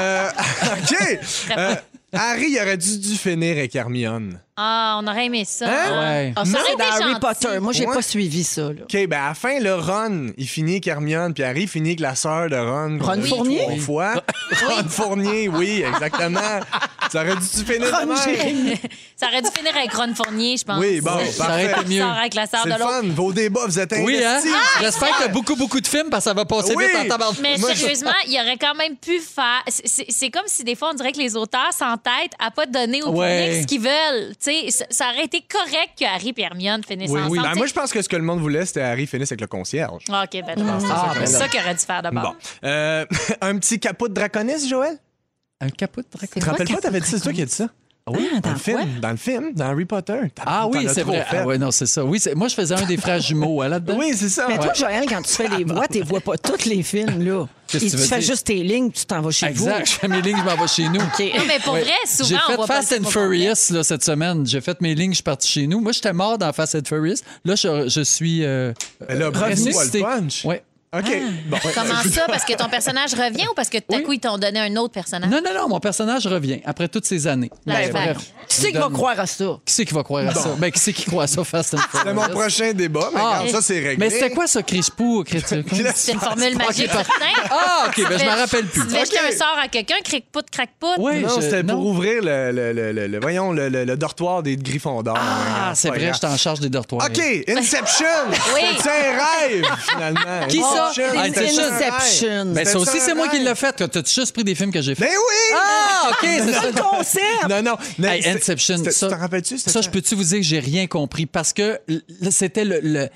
Speaker 6: OK. Harry il aurait dû finir avec Hermione.
Speaker 5: Ah, on aurait aimé ça.
Speaker 6: Hein?
Speaker 4: Ouais.
Speaker 3: Ah, ça,
Speaker 5: Ça aurait
Speaker 3: c'est
Speaker 5: été
Speaker 3: dans Harry
Speaker 5: gentil.
Speaker 3: Potter. Moi, j'ai
Speaker 6: Ouais.
Speaker 3: pas suivi ça, là.
Speaker 6: OK, ben à la fin, le Ron, il finit avec Hermione, puis Harry finit avec la sœur de Ron. qu'on
Speaker 3: Ron
Speaker 6: a vu
Speaker 3: Fournier?
Speaker 6: 3 fois. Ron Fournier, oui, exactement. Ça aurait dû finir de
Speaker 3: Ron
Speaker 6: même.
Speaker 3: Jérémy.
Speaker 5: Ça aurait dû finir avec Ron Fournier, je pense.
Speaker 6: Oui, bon,
Speaker 4: Ça aurait
Speaker 6: parfait.
Speaker 4: été mieux.
Speaker 5: Sort avec la sœur
Speaker 6: C'est
Speaker 5: de
Speaker 6: le
Speaker 5: l'autre.
Speaker 6: fun. Vos débats, vous êtes
Speaker 4: Oui, hein?
Speaker 6: investis.
Speaker 4: J'espère qu'il y a beaucoup de films parce que ça va passer
Speaker 6: Oui.
Speaker 4: vite en tabarnak.
Speaker 5: Mais
Speaker 6: Moi,
Speaker 5: sérieusement, il aurait quand même pu faire. C'est comme si des fois, on dirait que les auteurs s'entêtent à pas donner au
Speaker 4: Ouais.
Speaker 5: public ce qu'ils veulent. Tu sais, ça aurait été correct que Harry et Hermione finissent
Speaker 6: Oui,
Speaker 5: ensemble.
Speaker 6: oui. Ben,
Speaker 5: tu sais.
Speaker 6: moi, je pense que ce que le monde voulait, c'était Harry finisse avec le concierge.
Speaker 5: Ah, OK, ben, c'est
Speaker 4: ben
Speaker 5: ça qu'il aurait dû faire d'abord.
Speaker 6: Bon. Un petit capot de draconiste, Joël?
Speaker 4: Un capot de dragon.
Speaker 6: Tu te rappelles pas, t'avais dit ça, c'est toi qui as dit ça?
Speaker 3: Oui,
Speaker 6: Dans le film, dans Harry Potter.
Speaker 4: Ah oui,
Speaker 6: T'en as
Speaker 4: c'est
Speaker 6: trop
Speaker 4: vrai.
Speaker 6: fait.
Speaker 4: Ah ouais, non, c'est ça. Oui, moi, je faisais un des frères jumeaux hein, là-dedans.
Speaker 6: Oui, c'est ça.
Speaker 3: Mais toi,
Speaker 6: Ouais.
Speaker 3: Joël, quand tu fais les voix, tu vois pas tous les films, là.
Speaker 4: Qu'est-ce que tu
Speaker 3: Tu
Speaker 4: veux
Speaker 3: fais
Speaker 4: dire?
Speaker 3: juste tes lignes, tu t'en vas chez
Speaker 4: Exact. Je fais mes lignes, je m'en vais chez nous.
Speaker 3: vous. OK.
Speaker 5: Non, mais pour
Speaker 4: Ouais.
Speaker 5: vrai, souvent,
Speaker 4: J'ai
Speaker 5: on
Speaker 4: fait
Speaker 5: voit pas
Speaker 4: Fast
Speaker 5: le
Speaker 4: and
Speaker 5: film au
Speaker 4: Furious là, cette semaine. J'ai fait mes lignes, je suis parti chez nous. Moi, j'étais mort dans Fast and Furious. Là, je suis
Speaker 6: Mais là, bravo,
Speaker 4: ressuscité.
Speaker 6: le punch.
Speaker 4: Ouais.
Speaker 6: OK. Bon.
Speaker 5: Comment ça? Parce que ton personnage revient ou parce que tout à coup, ils t'ont donné un autre personnage?
Speaker 4: Non, mon personnage revient après toutes ces années.
Speaker 5: Bref.
Speaker 3: Qui c'est qui va croire à ça?
Speaker 4: Qui c'est qui va croire à ça? Ben, qui c'est qui croit à ça, Fast and Furious?
Speaker 6: C'est mon prochain débat, mais regarde, ça, c'est réglé.
Speaker 4: Mais c'était quoi ça, Crispou?
Speaker 5: C'est une formule magique, certain.
Speaker 4: Ah, OK, ben je m'en rappelle plus.
Speaker 5: Tu devais jeter un sort à quelqu'un, cric-pout, crac-pout.
Speaker 4: Oui,
Speaker 6: Non, c'était pour ouvrir le dortoir des Gryffondors.
Speaker 4: Ah, c'est vrai, j'étais en charge des dortoirs.
Speaker 6: OK, Inception!
Speaker 5: Oui.
Speaker 6: C'est un rêve, finalement.
Speaker 4: Qui ça?
Speaker 3: Inception.
Speaker 4: Ben, ça aussi, c'est moi qui l'ai fait. T'as juste pris des films que j'ai fait.
Speaker 6: Ben oui!
Speaker 4: Ah, OK, c'est ça.
Speaker 3: Le concept!
Speaker 6: Non.
Speaker 4: Hey, Inception,
Speaker 6: Tu
Speaker 4: ça,
Speaker 6: t'en rappelles-tu?
Speaker 4: ça, je peux-tu vous dire que j'ai rien compris? Parce que c'était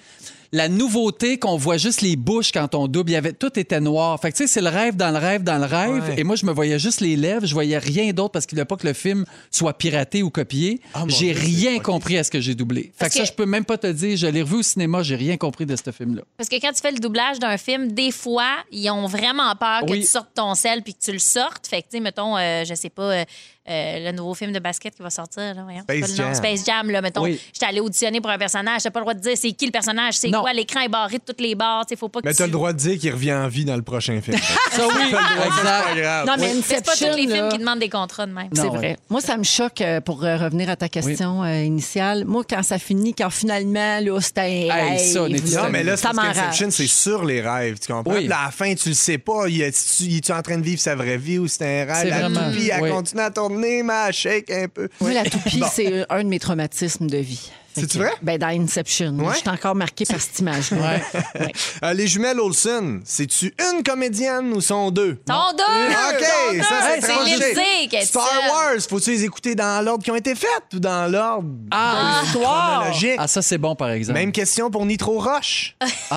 Speaker 4: la nouveauté qu'on voit juste les bouches quand on double. Tout était noir. Fait que, tu sais, c'est le rêve dans le rêve dans le rêve.
Speaker 6: Ouais.
Speaker 4: Et moi, je me voyais juste les lèvres. Je voyais rien d'autre parce qu'il ne voulait pas que le film soit piraté ou copié. J'ai rien compris à ce que j'ai doublé. Fait que ça, je peux même pas te dire. Je l'ai revu au cinéma. J'ai rien compris de ce film-là.
Speaker 5: Parce que quand tu fais le doublage d'un film, des fois, ils ont vraiment peur que tu sortes ton sel puis que tu le sortes. Fait que, tu sais, mettons, je sais pas... le nouveau film de basket qui va sortir. Là, voyons, Space Jam, là, mettons.
Speaker 4: Oui.
Speaker 5: J'étais allée auditionner pour un personnage. J'ai pas le droit de dire c'est qui le personnage, c'est quoi. L'écran est barré de toutes les barres. Faut pas que
Speaker 6: Mais t'as le droit de dire qu'il revient en vie dans le prochain film.
Speaker 4: Ça, oui,
Speaker 6: Exact.
Speaker 3: Non, mais
Speaker 5: C'est pas
Speaker 3: Inception,
Speaker 5: tous les films
Speaker 3: là,
Speaker 5: qui demandent des contrats de même.
Speaker 3: c'est
Speaker 4: Non,
Speaker 3: vrai. Moi, ça me choque, pour revenir à ta question initiale. Moi, quand ça finit, quand finalement, là, c'était un
Speaker 4: Hey, ça, on est
Speaker 3: rêve,
Speaker 6: Non, mais là, c'est
Speaker 3: ça
Speaker 6: parce
Speaker 3: m'enrage.
Speaker 6: qu'Inception, c'est sur les rêves, tu comprends?
Speaker 4: Oui.
Speaker 6: Puis là, à la fin, tu le sais pas. Il est-tu en train de vivre sa vraie vie ou c'est un rêve?
Speaker 4: C'est
Speaker 6: La
Speaker 4: vraiment-
Speaker 6: toupie, elle
Speaker 4: oui.
Speaker 6: continue à tourner, mais elle shake un peu.
Speaker 3: Moi, la toupie,
Speaker 6: Bon.
Speaker 3: c'est un de mes traumatismes de vie. Fait
Speaker 6: C'est-tu
Speaker 3: que,
Speaker 6: vrai?
Speaker 3: Ben, dans Inception.
Speaker 6: Ouais?
Speaker 3: Je suis encore marquée par cette image-là. Ouais.
Speaker 6: Les jumelles Olsen, c'est-tu une comédienne ou sont deux?
Speaker 5: Ton deux!
Speaker 6: OK, ça, c'est
Speaker 5: C'est
Speaker 6: tranché.
Speaker 5: Lizzie qui est
Speaker 6: Star
Speaker 5: seule.
Speaker 6: Wars, faut-tu les écouter dans l'ordre qui ont été faites ou dans l'ordre chronologique?
Speaker 4: Ah, ça, c'est bon, par exemple.
Speaker 6: Même question pour Nitro Roche.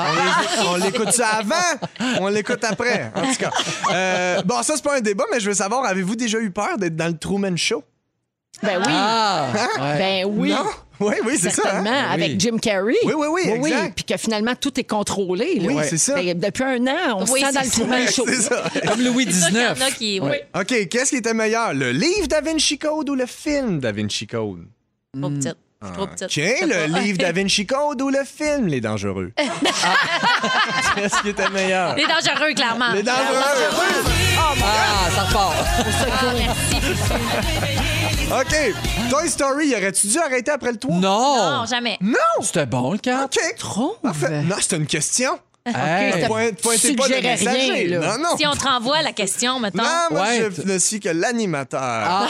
Speaker 6: On l'écoute ça avant, on l'écoute après. En tout cas. Bon, ça, c'est pas un débat, mais je veux savoir, avez-vous déjà eu peur d'être dans le Truman Show?
Speaker 3: Ben oui.
Speaker 4: Ah, ouais.
Speaker 3: Ben oui.
Speaker 6: Non? Oui, c'est ça.
Speaker 3: Certainement,
Speaker 6: Hein?
Speaker 3: avec
Speaker 4: Oui.
Speaker 3: Jim Carrey.
Speaker 6: Oui, exact.
Speaker 3: Puis que finalement, tout est contrôlé. Là.
Speaker 6: Oui, c'est ça.
Speaker 3: Ben, depuis un an, on
Speaker 5: Oui,
Speaker 3: se sent dans
Speaker 5: c'est
Speaker 3: le
Speaker 5: ça.
Speaker 3: Truman Show.
Speaker 6: C'est ça.
Speaker 4: Comme Louis
Speaker 5: C'est sûr qu'il y en
Speaker 4: XIX.
Speaker 5: a qui... Oui,
Speaker 6: OK, qu'est-ce qui était meilleur, le livre Da Vinci Code ou le film Da Vinci Code?
Speaker 5: trop petite. Je suis trop petite.
Speaker 6: OK,
Speaker 5: Je sais
Speaker 6: le
Speaker 5: pas.
Speaker 6: livre Da Vinci Code ou le film Les Dangereux? Qu'est-ce qui était meilleur?
Speaker 5: Les dangereux, clairement.
Speaker 6: Les Dangereux!
Speaker 4: Ah, ça repart.
Speaker 6: OK, Toy Story, y aurais-tu dû arrêter après le 3?
Speaker 4: Non.
Speaker 5: Non, jamais.
Speaker 6: Non!
Speaker 4: C'était bon, le cas.
Speaker 6: OK. Parfait. Non, c'était une question.
Speaker 4: Hey.
Speaker 6: Pointez pas de
Speaker 3: Suggérais
Speaker 6: messager.
Speaker 3: rien, là.
Speaker 6: Non.
Speaker 5: Si on te renvoie la question, mettons.
Speaker 6: Non, moi,
Speaker 4: Ouais,
Speaker 6: je ne suis que l'animateur.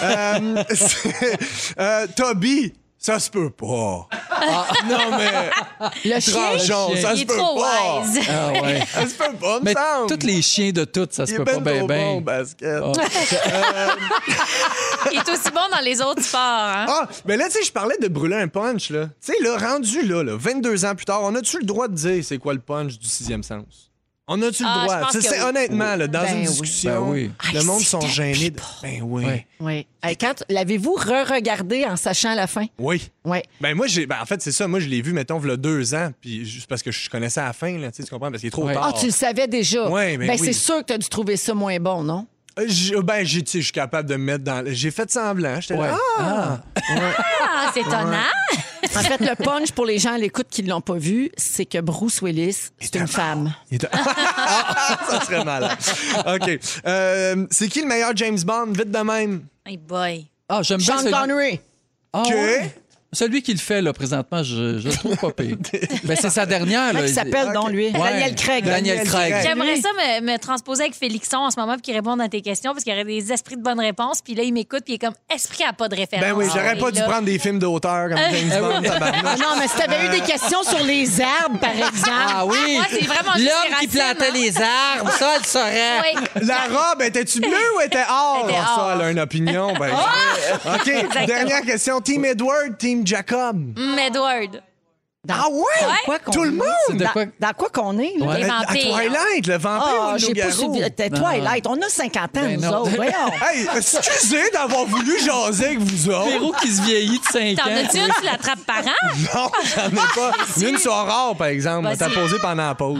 Speaker 6: Toby, ça se peut pas. Non, mais...
Speaker 3: Le chien.
Speaker 6: Tranchon, ça
Speaker 5: Il
Speaker 6: se
Speaker 5: est
Speaker 6: peut
Speaker 5: trop
Speaker 6: pas.
Speaker 5: wise.
Speaker 4: Ah, ouais.
Speaker 6: Ça se peut pas, me
Speaker 4: Mais
Speaker 6: semble.
Speaker 4: tous les chiens de toutes, ça se
Speaker 6: Il est
Speaker 4: peut pas bien,
Speaker 6: trop
Speaker 4: bien.
Speaker 6: bon au basket.
Speaker 5: Il est aussi bon dans les autres sports. Hein?
Speaker 6: Ah, mais là, tu sais, je parlais de brûler un punch, là. Tu sais, là, rendu là, 22 ans plus tard, on a-tu le droit de dire c'est quoi le punch du sixième sens? On a-tu le
Speaker 5: Ah,
Speaker 6: droit?
Speaker 5: je pense
Speaker 6: Tu sais,
Speaker 5: que
Speaker 6: c'est
Speaker 5: oui.
Speaker 6: honnêtement, là, dans
Speaker 3: Ben
Speaker 6: une
Speaker 3: oui.
Speaker 6: discussion,
Speaker 4: Ben oui.
Speaker 6: le monde
Speaker 3: c'est
Speaker 6: sont
Speaker 3: tapis
Speaker 6: gênés.
Speaker 3: pas.
Speaker 6: Ben oui.
Speaker 4: Ouais.
Speaker 3: Oui. Hey, l'avez-vous re-regardé en sachant la fin?
Speaker 6: Oui.
Speaker 3: Oui.
Speaker 6: Ben moi, en fait, c'est ça. Moi, je l'ai vu, mettons, il y a 2 ans, puis juste parce que je connaissais la fin, là, tu comprends? Parce qu'il est trop
Speaker 4: Ouais.
Speaker 6: tard.
Speaker 3: Ah, tu le savais déjà?
Speaker 6: Ouais, ben oui.
Speaker 3: c'est sûr que tu as dû trouver ça moins bon, non?
Speaker 6: Tu sais, je suis capable de me mettre dans... J'ai fait semblant. J'étais
Speaker 4: Ouais.
Speaker 6: là,
Speaker 5: Ah, c'est étonnant.
Speaker 3: En fait, le punch pour les gens à l'écoute qui ne l'ont pas vu, c'est que Bruce Willis, c'est une femme.
Speaker 6: ça serait malade. OK. C'est qui le meilleur James Bond? Vite de même.
Speaker 5: Hey boy.
Speaker 4: Ah, j'aime bien
Speaker 3: Sean
Speaker 4: celui...
Speaker 3: Connery.
Speaker 4: Ah,
Speaker 6: Que?
Speaker 4: ouais. Celui qui le fait, là, présentement, je le trouve pas pire. Ben, c'est sa dernière, là.
Speaker 3: Comment il s'appelle, donc, lui?
Speaker 4: Ouais.
Speaker 3: Daniel Craig.
Speaker 4: Daniel Craig.
Speaker 5: J'aimerais ça me transposer avec Félixon en ce moment pour qu'il réponde à tes questions parce qu'il y aurait des esprits de bonnes réponses. Puis là, il m'écoute puis il est comme esprit à pas de référence.
Speaker 6: Ben oui, j'aurais
Speaker 5: Et
Speaker 6: pas dû
Speaker 5: là-
Speaker 6: prendre des films d'auteur comme James Bond. tabarnak.
Speaker 3: Ah non, mais si tu avais eu des questions sur les arbres, par exemple.
Speaker 4: Ah oui!
Speaker 5: Moi, c'est vraiment juste
Speaker 4: L'homme qui
Speaker 5: les racines,
Speaker 4: plantait
Speaker 5: hein.
Speaker 4: les arbres, ça, elle le saurait.
Speaker 5: Oui.
Speaker 6: La robe, était-tu bleue ou était or?
Speaker 5: Elle était
Speaker 6: Ah, ça,
Speaker 5: or.
Speaker 6: elle a une opinion. Ben, OK, dernière question. Team Edward, Team Jacob.
Speaker 5: Edward.
Speaker 6: Ah ouais?
Speaker 3: Quoi qu'on
Speaker 6: Tout le
Speaker 3: est?
Speaker 6: monde?
Speaker 4: C'est de quoi?
Speaker 3: Dans quoi qu'on est, là?
Speaker 4: Ouais.
Speaker 5: Les
Speaker 6: À
Speaker 5: vampires.
Speaker 6: Twilight, le vampire
Speaker 3: Ah,
Speaker 6: ou le
Speaker 3: j'ai pas
Speaker 6: loup-garou?
Speaker 3: suivi. T'es Twilight. On a 50 ans,
Speaker 4: Ben
Speaker 3: nous
Speaker 4: non.
Speaker 3: autres. Voyons.
Speaker 6: Hey, excusez d'avoir voulu jaser avec vous autres.
Speaker 4: Véro qui se vieillit de 5
Speaker 5: T'en
Speaker 4: ans.
Speaker 5: as-tu une, tu l'attrapes par an?
Speaker 6: Non, j'en ai pas. Une sont rares, par exemple.
Speaker 5: Vas-y.
Speaker 6: T'as posé pendant la pause.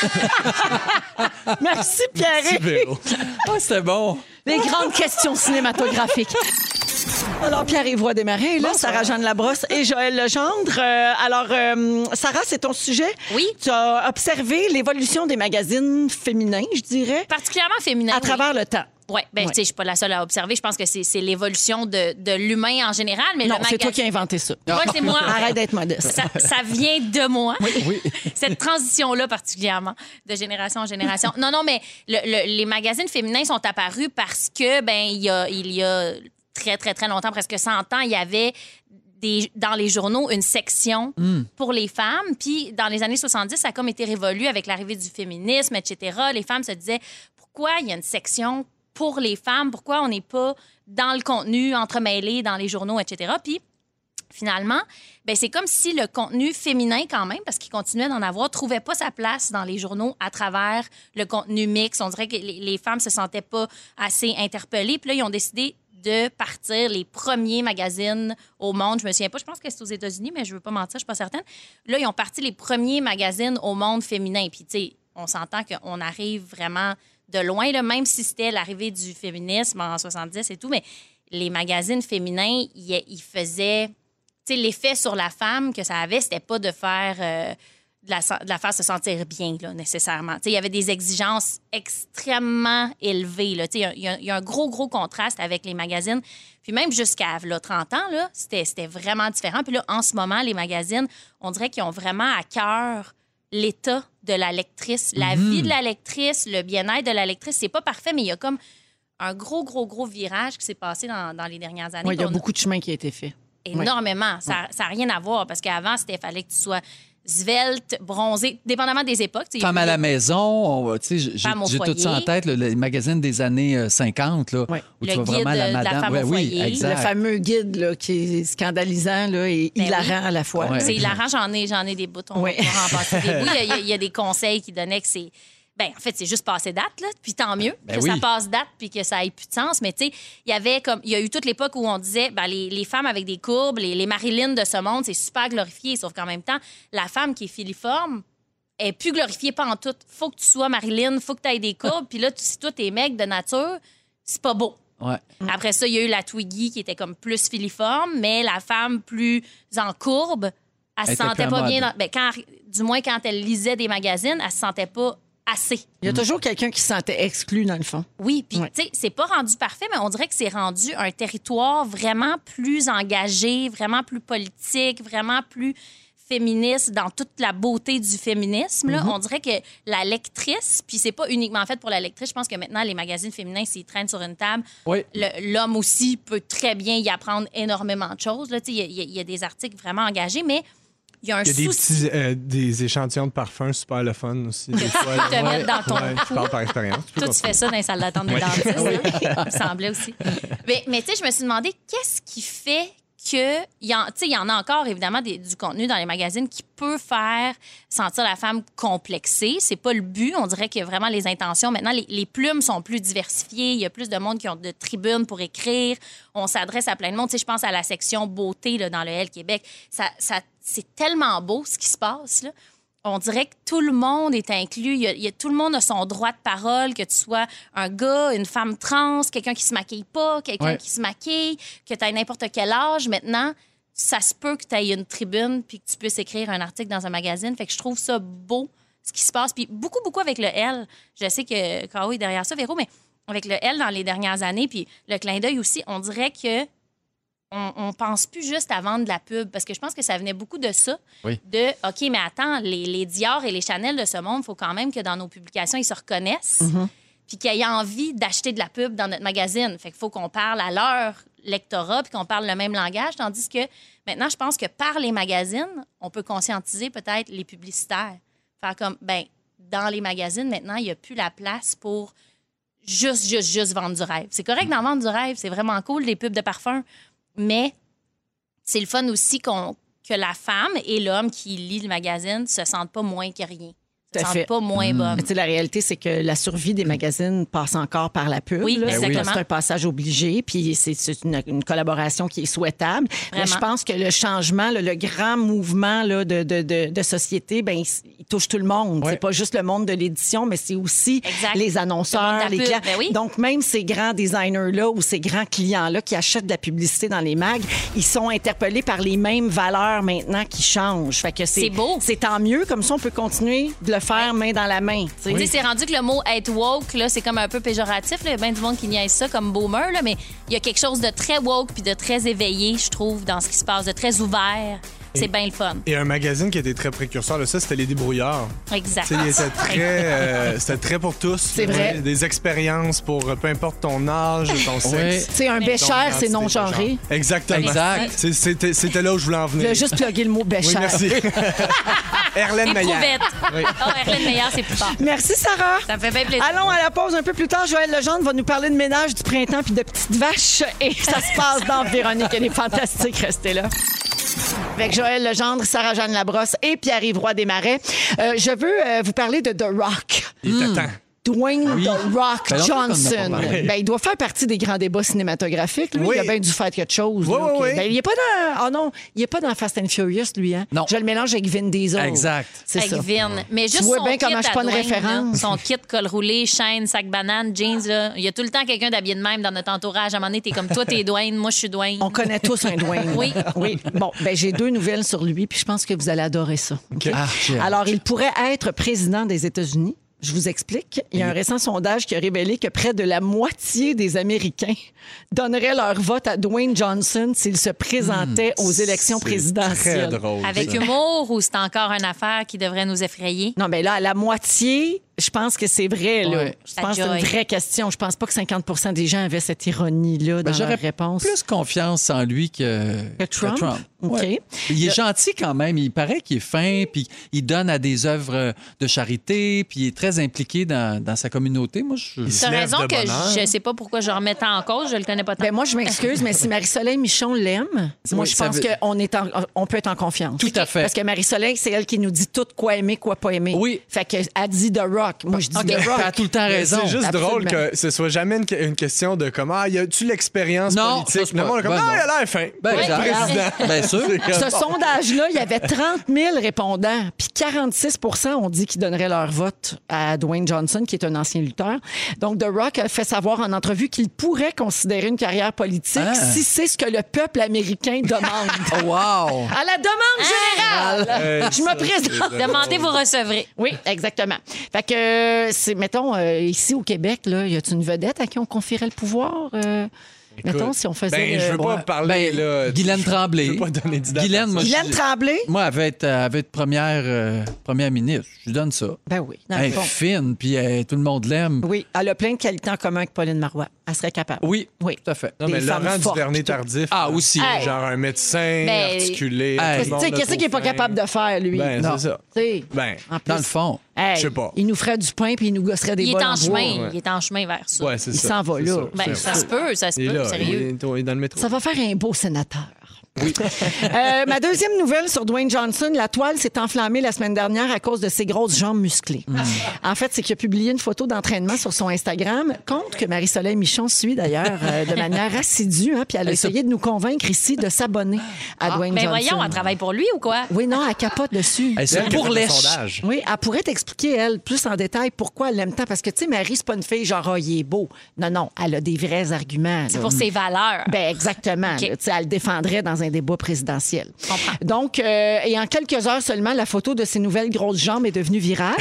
Speaker 3: Merci, Pierre.
Speaker 6: Véro.
Speaker 4: Ah, c'était bon.
Speaker 3: Les grandes questions cinématographiques. Alors, Pierre-Yves Roy Desmarais est là, Sarah-Jeanne Labrosse et Joël Legendre. Sarah, c'est ton sujet.
Speaker 5: Oui.
Speaker 3: Tu as observé l'évolution des magazines féminins, je dirais.
Speaker 5: Particulièrement féminins.
Speaker 3: À travers le temps.
Speaker 5: Oui, tu sais, je suis pas la seule à observer. Je pense que c'est l'évolution de l'humain en général. Mais
Speaker 3: non, c'est toi qui as inventé ça.
Speaker 5: Oui, c'est moi.
Speaker 3: Arrête d'être modeste.
Speaker 5: Ça vient de moi.
Speaker 4: Oui.
Speaker 5: Cette transition-là, particulièrement, de génération en génération. Non, mais les magazines féminins sont apparus parce que, il y a très, très, très longtemps, presque 100 ans, il y avait dans les journaux une section pour les femmes. Puis, dans les années 70, ça a comme été révolu avec l'arrivée du féminisme, etc. Les femmes se disaient, pourquoi il y a une section pour les femmes? Pourquoi on n'est pas dans le contenu entremêlé dans les journaux, etc.? Puis, finalement, c'est comme si le contenu féminin, quand même, parce qu'il continuait d'en avoir, trouvait pas sa place dans les journaux à travers le contenu mix. On dirait que les femmes se sentaient pas assez interpellées. Puis là, ils ont décidé de partir les premiers magazines au monde. Je me souviens pas, je pense que c'est aux États-Unis, mais je veux pas mentir, je suis pas certaine. Là, ils ont parti les premiers magazines au monde féminin. Puis, tu sais, on s'entend qu'on arrive vraiment de loin, là, même si c'était l'arrivée du féminisme en 70 et tout, mais les magazines féminins, ils faisaient... Tu sais, l'effet sur la femme que ça avait, c'était pas de faire... de la faire se sentir bien, là, nécessairement. Il y avait des exigences extrêmement élevées. Il y a un gros, gros contraste avec les magazines. Puis même jusqu'à 30 ans, là, c'était vraiment différent. Puis là, en ce moment, les magazines, on dirait qu'ils ont vraiment à cœur l'état de la lectrice, la vie de la lectrice, le bien-être de la lectrice. C'est pas parfait, mais il y a comme un gros, gros, gros virage qui s'est passé dans les dernières années.
Speaker 3: Oui, il y a beaucoup de chemin qui a été fait.
Speaker 5: Énormément. Ouais. Ça n'a rien à voir parce qu'avant, fallait que tu sois svelte, bronzée, dépendamment des époques.
Speaker 4: Femme à la maison, j'ai tout ça en tête, les magazines des années 50, là, où tu vois vraiment la madame.
Speaker 5: La femme au foyer.
Speaker 4: Exact.
Speaker 3: Le fameux guide là, qui est scandalisant là, et hilarant à la fois.
Speaker 5: Ouais. C'est hilarant, j'en ai des bouts. On va en passer des bouts. Il y a des conseils qui donnaient que c'est... en fait, c'est juste passé date, là, puis tant mieux que ça passe date puis que ça ait plus de sens. Mais tu sais, il y a eu toute l'époque où on disait, les femmes avec des courbes, les Marilyn de ce monde, c'est super glorifié. Sauf qu'en même temps, la femme qui est filiforme est plus glorifiée pas en tout. Faut que tu sois Marilyn, faut que tu aies des courbes. Puis là, si toi, t'es mec de nature, c'est pas beau.
Speaker 4: Ouais.
Speaker 5: Après ça, il y a eu la Twiggy qui était comme plus filiforme, mais la femme plus en courbe, elle se sentait pas bien. Du moins, quand elle lisait des magazines, elle se sentait pas assez.
Speaker 3: Il y a toujours quelqu'un qui se sentait exclu, dans le fond.
Speaker 5: Oui, puis tu sais, c'est pas rendu parfait, mais on dirait que c'est rendu un territoire vraiment plus engagé, vraiment plus politique, vraiment plus féministe dans toute la beauté du féminisme. Là. On dirait que la lectrice, puis c'est pas uniquement fait pour la lectrice, je pense que maintenant, les magazines féminins, s'ils traînent sur une table, l'homme aussi peut très bien y apprendre énormément de choses. Il y a des articles vraiment engagés, mais il y a
Speaker 6: des échantillons de parfums super le fun aussi. Des fois,
Speaker 5: tu te mettre dans ton
Speaker 6: je parle par expérience.
Speaker 5: Toi, tu fais ça dans les salles d'attente des dentistes. Il me semblait aussi. Mais tu sais, je me suis demandé, qu'est-ce qui fait que... Il y en a encore, évidemment, du contenu dans les magazines qui peut faire sentir la femme complexée. C'est pas le but. On dirait que vraiment les intentions... Maintenant, les plumes sont plus diversifiées. Il y a plus de monde qui ont de tribunes pour écrire. On s'adresse à plein de monde. Tu sais, je pense à la section beauté là, dans le L Québec. C'est tellement beau, ce qui se passe, là. On dirait que tout le monde est inclus. Tout le monde a son droit de parole, que tu sois un gars, une femme trans, quelqu'un qui se maquille pas, quelqu'un qui se maquille, que tu aies n'importe quel âge. Maintenant, ça se peut que tu aies une tribune puis que tu puisses écrire un article dans un magazine. Fait que je trouve ça beau, ce qui se passe. Puis beaucoup, beaucoup avec le L. Je sais que K.O. est derrière ça, Véro, mais avec le L dans les dernières années, puis le clin d'œil aussi, on dirait que on pense plus juste à vendre de la pub, parce que je pense que ça venait beaucoup de ça, de « OK, mais attends, les Dior et les Chanel de ce monde, il faut quand même que dans nos publications, ils se reconnaissent, puis qu'ils aient envie d'acheter de la pub dans notre magazine. Fait qu'il faut qu'on parle à leur lectorat, puis qu'on parle le même langage, tandis que maintenant, je pense que par les magazines, on peut conscientiser peut-être les publicitaires. Faire comme, dans les magazines, maintenant, il n'y a plus la place pour juste vendre du rêve. C'est correct d'en vendre du rêve, c'est vraiment cool, les pubs de parfum. Mais c'est le fun aussi que la femme et l'homme qui lit le magazine se sentent pas moins que rien.
Speaker 3: Tout à fait.
Speaker 5: pas moins bonne.
Speaker 3: Mais tu sais, la réalité, c'est que la survie des magazines passe encore par la pub.
Speaker 5: Oui,
Speaker 3: là.
Speaker 5: exactement.
Speaker 3: C'est un passage obligé, puis c'est une collaboration qui est souhaitable. Mais je pense que le changement, le grand mouvement là, de société, ben, il touche tout le monde.
Speaker 6: Ouais.
Speaker 3: C'est pas juste le monde de l'édition, mais c'est aussi
Speaker 5: Exact.
Speaker 3: les annonceurs,
Speaker 5: Le monde de
Speaker 3: les
Speaker 5: la
Speaker 3: clients.
Speaker 5: pub, ben oui.
Speaker 3: Donc, même ces grands designers-là ou ces grands clients-là qui achètent de la publicité dans les mags, ils sont interpellés par les mêmes valeurs maintenant qui changent. Fait que
Speaker 5: C'est beau.
Speaker 3: C'est tant mieux. Comme ça, on peut continuer de le faire main dans la main. tu sais.
Speaker 5: Tu sais, c'est rendu que le mot être woke, là, c'est comme un peu péjoratif. Là. Il y a bien du monde qui niaise ça comme boomer, là, mais il y a quelque chose de très woke puis de très éveillé, je trouve, dans ce qui se passe, de très ouvert. C'est bien le fun.
Speaker 6: Et un magazine qui était très précurseur de ça, c'était Les Débrouillards.
Speaker 5: Exact.
Speaker 6: Tu sais, il était c'était très pour tous.
Speaker 3: C'est vrai.
Speaker 6: Des expériences pour peu importe ton âge, ton sexe.
Speaker 3: Tu sais, un bécher, c'est non genré.
Speaker 6: Exactement.
Speaker 4: Exact.
Speaker 6: C'était là où je voulais en
Speaker 3: Je
Speaker 6: venir.
Speaker 3: vais juste plugger le mot bécher.
Speaker 6: Oui, merci. Erlène Meyer.
Speaker 5: Éprouvette.
Speaker 6: Oui.
Speaker 5: Oh, Erlène Meyer, c'est plus fort.
Speaker 3: Merci, Sarah.
Speaker 5: Ça me fait bien plaisir.
Speaker 3: Allons à la pause un peu plus tard. Joël Legendre va nous parler de ménage du printemps puis de petites vaches. Et ça se passe dans Véronique. Elle est fantastique. Restez là. Avec Joël Legendre, Sarah-Jeanne Labrosse et Pierre-Yves Roy Desmarais. Je veux vous parler de The Rock.
Speaker 6: Il était temps.
Speaker 3: Dwayne The Rock
Speaker 4: Ben, longtemps qu'on en a pas
Speaker 3: Johnson.
Speaker 4: parlé.
Speaker 3: Ben, il doit faire partie des grands débats cinématographiques. Lui,
Speaker 6: Oui.
Speaker 3: il a bien dû faire quelque chose.
Speaker 6: Oui,
Speaker 3: là,
Speaker 6: oui,
Speaker 3: ok.
Speaker 6: oui.
Speaker 3: Ben, il est pas dans. Oh non, il est pas dans Fast and Furious, lui. Hein?
Speaker 4: Non.
Speaker 3: Je le mélange avec Vin Diesel.
Speaker 4: Exact.
Speaker 3: C'est
Speaker 5: Avec
Speaker 3: ça.
Speaker 5: Vin. Mais juste
Speaker 3: vois
Speaker 5: son
Speaker 3: bien
Speaker 5: kit
Speaker 3: comment je suis
Speaker 5: à
Speaker 3: pas une
Speaker 5: Dwayne,
Speaker 3: référence.
Speaker 5: là, son kit col roulé, chaîne, sac banane, jeans. Là. Il y a tout le temps quelqu'un d'habillé de même dans notre entourage. À un moment donné, t'es comme toi, t'es Dwayne, moi, je suis Dwayne.
Speaker 3: On connaît tous un Dwayne.
Speaker 5: Oui.
Speaker 3: Oui. Bon, ben j'ai 2 nouvelles sur lui, puis je pense que vous allez adorer ça. OK?
Speaker 4: Ah, j'ai hâte.
Speaker 3: Alors, il pourrait être président des États-Unis. Je vous explique. Il y a un récent sondage qui a révélé que près de la moitié des Américains donneraient leur vote à Dwayne Johnson s'il se présentait aux élections
Speaker 6: Très
Speaker 3: présidentielles.
Speaker 6: drôle.
Speaker 5: Avec
Speaker 6: ça.
Speaker 5: humour ou c'est encore une affaire qui devrait nous effrayer?
Speaker 3: Non, mais là, à la moitié, je pense que c'est vrai. Là.
Speaker 4: Ouais.
Speaker 3: Je pense que c'est une
Speaker 5: Joy.
Speaker 3: vraie question. Je pense pas que 50 des gens avaient cette ironie-là dans
Speaker 4: Ben, j'aurais
Speaker 3: leur réponse.
Speaker 4: plus confiance en lui que
Speaker 3: Trump? OK.
Speaker 4: Ouais. Il est gentil quand même. Il paraît qu'il est fin, puis il donne à des œuvres de charité, puis il est très impliqué dans sa communauté. Moi, je...
Speaker 6: Il se
Speaker 5: T'as
Speaker 6: lève
Speaker 5: raison
Speaker 6: de
Speaker 5: que
Speaker 6: bonne heure.
Speaker 5: je sais pas pourquoi je remettais en cause, je le connais pas tant.
Speaker 3: Ben moi, je m'excuse, mais si Marie-Soleil Michon l'aime, moi, je
Speaker 4: ça
Speaker 3: pense
Speaker 4: veut-
Speaker 3: qu'on peut être en confiance.
Speaker 4: Tout à fait.
Speaker 3: Parce que Marie-Soleil, c'est elle qui nous dit tout quoi aimer, quoi pas aimer.
Speaker 4: Oui.
Speaker 3: Fait qu'elle dit The Rock. Moi, je dis
Speaker 4: OK,
Speaker 3: The Rock.
Speaker 4: t'as tout le temps
Speaker 6: Mais
Speaker 4: raison.
Speaker 6: C'est juste drôle
Speaker 3: Absolument.
Speaker 6: que ce soit jamais une question de comment y a-tu l'expérience
Speaker 4: Non, ça,
Speaker 6: politique.
Speaker 4: c'est
Speaker 6: Le
Speaker 4: pas-
Speaker 6: monde est comme
Speaker 4: ben non.
Speaker 6: il a l'air fin.
Speaker 4: Ben,
Speaker 6: Pour être
Speaker 4: exact.
Speaker 6: président.
Speaker 4: Bien sûr.
Speaker 6: C'est comme-
Speaker 3: Ce sondage-là, il y avait 30 000 répondants, puis 46 ont dit qu'ils donneraient leur vote à Dwayne Johnson, qui est un ancien lutteur. Donc, The Rock a fait savoir en entrevue qu'il pourrait considérer une carrière politique
Speaker 4: Ah.
Speaker 3: si c'est ce que le peuple américain demande.
Speaker 4: Oh, wow!
Speaker 3: À la demande générale, je me présente.
Speaker 5: Demandez, vous recevrez.
Speaker 3: Oui, exactement. Fait que, c'est, mettons, ici au Québec, là, y a-t-il une vedette à qui on confierait le pouvoir? Mettons, si on faisait...
Speaker 6: Ben, je veux pas parler,
Speaker 4: Ben,
Speaker 6: là.
Speaker 4: Guylaine Tremblay.
Speaker 6: Je veux pas donner d'idée.
Speaker 4: Guylaine, moi,
Speaker 3: Guylaine Tremblay?
Speaker 4: Moi, elle va être première ministre. Je lui donne ça.
Speaker 3: Ben oui. Dans
Speaker 4: Elle
Speaker 3: le
Speaker 4: est
Speaker 3: fond.
Speaker 4: fine, puis tout le monde l'aime.
Speaker 3: Oui, elle a plein de qualités en commun avec Pauline Marois. Elle serait capable.
Speaker 4: Oui,
Speaker 3: Oui.
Speaker 4: tout à fait.
Speaker 6: Non, mais
Speaker 3: Des femmes
Speaker 6: Laurent
Speaker 3: fortes,
Speaker 6: Duvernay
Speaker 3: puis tout.
Speaker 6: Tardif.
Speaker 4: Ah, aussi.
Speaker 3: Hey.
Speaker 6: Genre un médecin
Speaker 5: Ben,
Speaker 6: articulé.
Speaker 4: hey.
Speaker 6: tout le monde
Speaker 3: Tu sais, qu'est-ce qu'il n'est pas
Speaker 6: trop fin.
Speaker 3: capable de faire, lui?
Speaker 6: Ben,
Speaker 4: Non.
Speaker 6: c'est ça.
Speaker 3: Tu sais,
Speaker 6: Ben,
Speaker 3: en plus,
Speaker 4: Dans le fond.
Speaker 3: hey,
Speaker 6: je sais pas.
Speaker 3: Il nous ferait du pain puis il nous gosserait des
Speaker 5: Il est
Speaker 3: bols
Speaker 5: en
Speaker 3: en bois.
Speaker 5: chemin.
Speaker 6: ouais.
Speaker 5: Il est en chemin vers ça.
Speaker 6: ouais, c'est
Speaker 3: Il
Speaker 6: ça.
Speaker 3: s'en va
Speaker 6: c'est
Speaker 3: là.
Speaker 6: ça.
Speaker 5: Ben,
Speaker 6: C'est
Speaker 5: ça
Speaker 6: ça.
Speaker 5: se peut,
Speaker 6: Il est là,
Speaker 5: sérieux.
Speaker 6: il est dans le métro.
Speaker 3: Ça va faire un beau sénateur. Oui. Ma deuxième nouvelle sur Dwayne Johnson, la toile s'est enflammée la semaine dernière à cause de ses grosses jambes musclées. En fait, c'est qu'il a publié une photo d'entraînement sur son Instagram, compte que Marie-Soleil Michon suit d'ailleurs de manière assidue, hein, puis elle a essayé de nous convaincre ici de s'abonner à Dwayne
Speaker 5: Mais
Speaker 3: Johnson.
Speaker 5: voyons, elle travaille pour lui ou quoi?
Speaker 3: Oui, non, elle capote dessus.
Speaker 4: Hey,
Speaker 6: C'est
Speaker 4: c'est
Speaker 6: elle qui a
Speaker 4: pour
Speaker 6: fait le
Speaker 4: lèche.
Speaker 6: sondage.
Speaker 3: Oui, elle pourrait t'expliquer, elle, plus en détail pourquoi elle l'aime tant. Parce que, tu sais, Marie, c'est pas une fille genre, il est beau. Non, non, elle a des vrais arguments.
Speaker 5: C'est
Speaker 3: là.
Speaker 5: pour ses valeurs.
Speaker 3: Ben exactement.
Speaker 5: OK.
Speaker 3: Là, tu sais, elle le défendrait dans un débat présidentiel.
Speaker 5: comprends.
Speaker 3: Donc, et en quelques heures seulement, la photo de ses nouvelles grosses jambes est devenue virale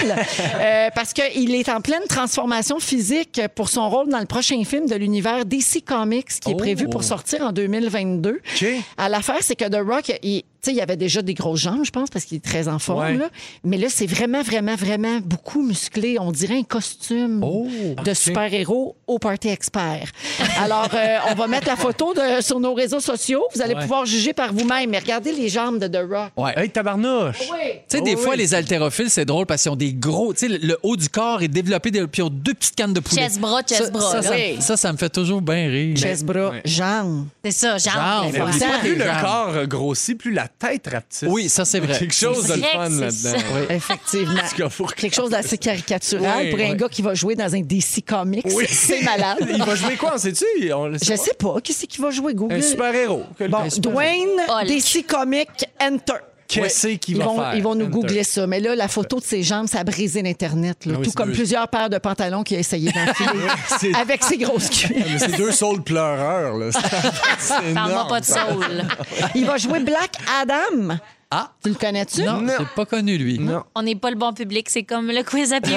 Speaker 3: parce qu'il est en pleine transformation physique pour son rôle dans le prochain film de l'univers DC Comics qui est prévu pour sortir en 2022.
Speaker 6: OK.
Speaker 3: À l'affaire, c'est que The Rock, tu sais, il avait déjà des grosses jambes, je pense, parce qu'il est très en forme.
Speaker 6: Ouais.
Speaker 3: Là. Mais là, c'est vraiment, vraiment, vraiment beaucoup musclé. On dirait un costume de super-héros au Party Expert. Alors, on va mettre la photo sur nos réseaux sociaux. Vous allez pouvoir juger par vous-même. Mais regardez les jambes de The Rock.
Speaker 4: Ouais.
Speaker 6: Hey, tabarnouche!
Speaker 3: Oui.
Speaker 4: Tu sais, des fois, les haltérophiles, c'est drôle parce qu'ils ont des gros. Tu sais, le haut du corps est développé, puis ils ont deux petites cannes de poulet.
Speaker 5: Chest-bras, chest-bras,
Speaker 4: Ça,
Speaker 5: là.
Speaker 3: Oui.
Speaker 4: ça me fait toujours bien rire.
Speaker 3: Chest, bras, jambes.
Speaker 5: C'est ça,
Speaker 4: Jambes.
Speaker 5: genre.
Speaker 4: Mais
Speaker 6: Mais
Speaker 4: Ouais.
Speaker 6: plus
Speaker 3: Ça,
Speaker 6: le
Speaker 4: les jambes.
Speaker 6: corps grossit, plus la tête rapetisse.
Speaker 4: Oui, ça, c'est vrai.
Speaker 6: Quelque chose de le
Speaker 5: vrai
Speaker 6: fun
Speaker 5: que
Speaker 6: là-dedans.
Speaker 5: c'est ça.
Speaker 4: Oui.
Speaker 3: Effectivement. Quelque chose d'assez caricatural
Speaker 6: Oui,
Speaker 3: pour un
Speaker 6: oui.
Speaker 3: gars qui va jouer dans un DC Comics.
Speaker 6: Oui.
Speaker 3: C'est malade.
Speaker 6: Il va jouer quoi, on sait-tu? On le
Speaker 3: Je sais pas. Qui c'est qui va jouer, Google?
Speaker 6: Un super-héros.
Speaker 3: Bon, Dwayne,
Speaker 5: Hulk.
Speaker 3: DC Comics, Enter.
Speaker 6: Qu'est-ce qu'il va faire?
Speaker 3: Ils vont nous
Speaker 6: Enter.
Speaker 3: googler ça. Mais là, la photo de ses jambes, ça a brisé l'Internet. là.
Speaker 6: Ah oui,
Speaker 3: Tout
Speaker 6: c'est
Speaker 3: comme
Speaker 6: deux-
Speaker 3: plusieurs paires de pantalons qu'il a essayé d'enfiler
Speaker 6: c'est-
Speaker 3: avec ses grosses cuisses.
Speaker 6: Mais c'est deux saules pleureurs, là. C'est
Speaker 5: Parle-moi
Speaker 6: énorme.
Speaker 5: pas de soul.
Speaker 3: Il va jouer Black Adam.
Speaker 4: Ah,
Speaker 3: Tu le connais-tu?
Speaker 4: non,
Speaker 6: Non.
Speaker 4: j'ai pas connu, lui.
Speaker 6: Non.
Speaker 5: On n'est pas le bon public, c'est comme le quiz à PY.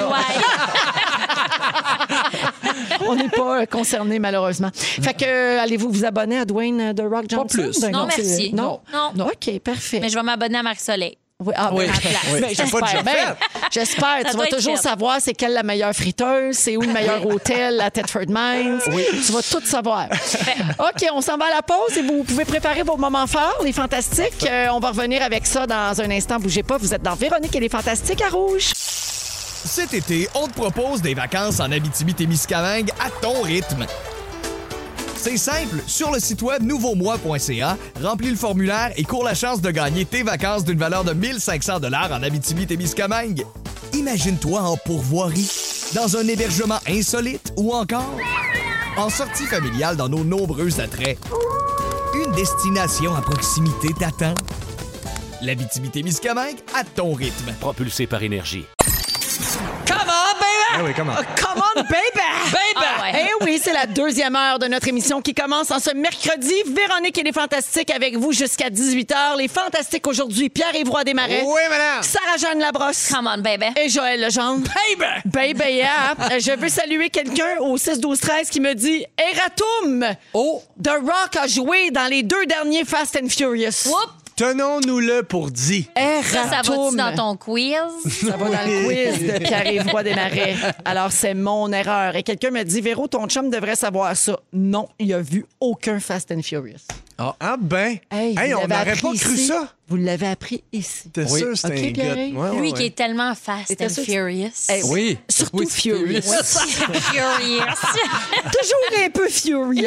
Speaker 3: On n'est pas concernés, malheureusement. Fait que, allez-vous vous abonner à Dwayne The Rock Johnson?
Speaker 4: plus.
Speaker 3: Ben
Speaker 5: Non,
Speaker 3: c'est-
Speaker 5: merci.
Speaker 3: Non?
Speaker 5: Non.
Speaker 3: OK, parfait.
Speaker 5: Mais je vais m'abonner à Marie-Soleil.
Speaker 3: Oui, ah,
Speaker 4: Oui.
Speaker 3: ben,
Speaker 4: Oui.
Speaker 3: ben,
Speaker 6: C'est pas déjà
Speaker 3: j'espère. Ben, j'espère.
Speaker 5: Ça
Speaker 3: Tu
Speaker 5: doit
Speaker 3: vas
Speaker 5: être
Speaker 3: toujours
Speaker 5: fait.
Speaker 3: savoir c'est quelle la meilleure friteuse, c'est où le meilleur hôtel à Thetford Mines. Tu vas tout savoir. OK, on s'en va à la pause et vous pouvez préparer vos moments forts, les fantastiques. On va revenir avec ça dans un instant. Bougez pas, vous êtes dans Véronique et les Fantastiques à Rouge.
Speaker 1: Cet été, on te propose des vacances en Abitibi-Témiscamingue à ton rythme. C'est simple, sur le site web nouveaumois.ca, remplis le formulaire et cours la chance de gagner tes vacances d'une valeur de 1 500 $ en Abitibi-Témiscamingue. Imagine-toi en pourvoirie, dans un hébergement insolite ou encore en sortie familiale dans nos nombreux attraits. Une destination à proximité t'attend. L'Abitibi-Témiscamingue à ton rythme.
Speaker 7: Propulsé par Énergie.
Speaker 3: Come on, baby!
Speaker 6: Ah oui, comment?
Speaker 3: Come on, baby!
Speaker 5: Ah ouais.
Speaker 3: Eh oui, c'est la deuxième heure de notre émission qui commence en ce mercredi. Véronique et les Fantastiques avec vous jusqu'à 18h. Les Fantastiques aujourd'hui, Pierre-Yves Roy Desmarais,
Speaker 6: Oui, madame!
Speaker 3: Sarah-Jeanne Labrosse
Speaker 5: Come on, baby.
Speaker 3: et Joël Legendre. Baby, yeah! Je veux saluer quelqu'un au 6-12-13 qui me dit « Eratum!
Speaker 4: Oh!
Speaker 3: The Rock a joué dans les 2 derniers Fast and Furious. »
Speaker 5: Whoop!
Speaker 6: Tenons-nous-le pour dit.
Speaker 5: Ça va-tu dans ton quiz?
Speaker 3: Ça va dans le quiz de Pierre-Yves Roy Desmarais. Alors, c'est mon erreur. Et quelqu'un me dit, Véro, ton chum devrait savoir ça. Non, il a vu aucun Fast and Furious.
Speaker 6: Ah ben,
Speaker 3: Hey,
Speaker 6: hey,
Speaker 3: vous
Speaker 6: on
Speaker 3: l'avez
Speaker 6: n'aurait pas
Speaker 3: appris
Speaker 6: cru
Speaker 3: ici.
Speaker 6: ça.
Speaker 3: Vous l'avez appris ici.
Speaker 6: T'es
Speaker 4: Oui.
Speaker 6: sûr que c'était
Speaker 3: OK,
Speaker 6: un gars.
Speaker 3: Pierre-Yves?
Speaker 6: Ouais,
Speaker 5: Lui
Speaker 6: ouais,
Speaker 5: qui est tellement fast
Speaker 3: Était
Speaker 5: and
Speaker 3: sûr que-
Speaker 5: furious.
Speaker 3: Eh
Speaker 4: Oui.
Speaker 3: Surtout
Speaker 4: Oui,
Speaker 3: Furious.
Speaker 5: Furious.
Speaker 3: Toujours un peu Furious.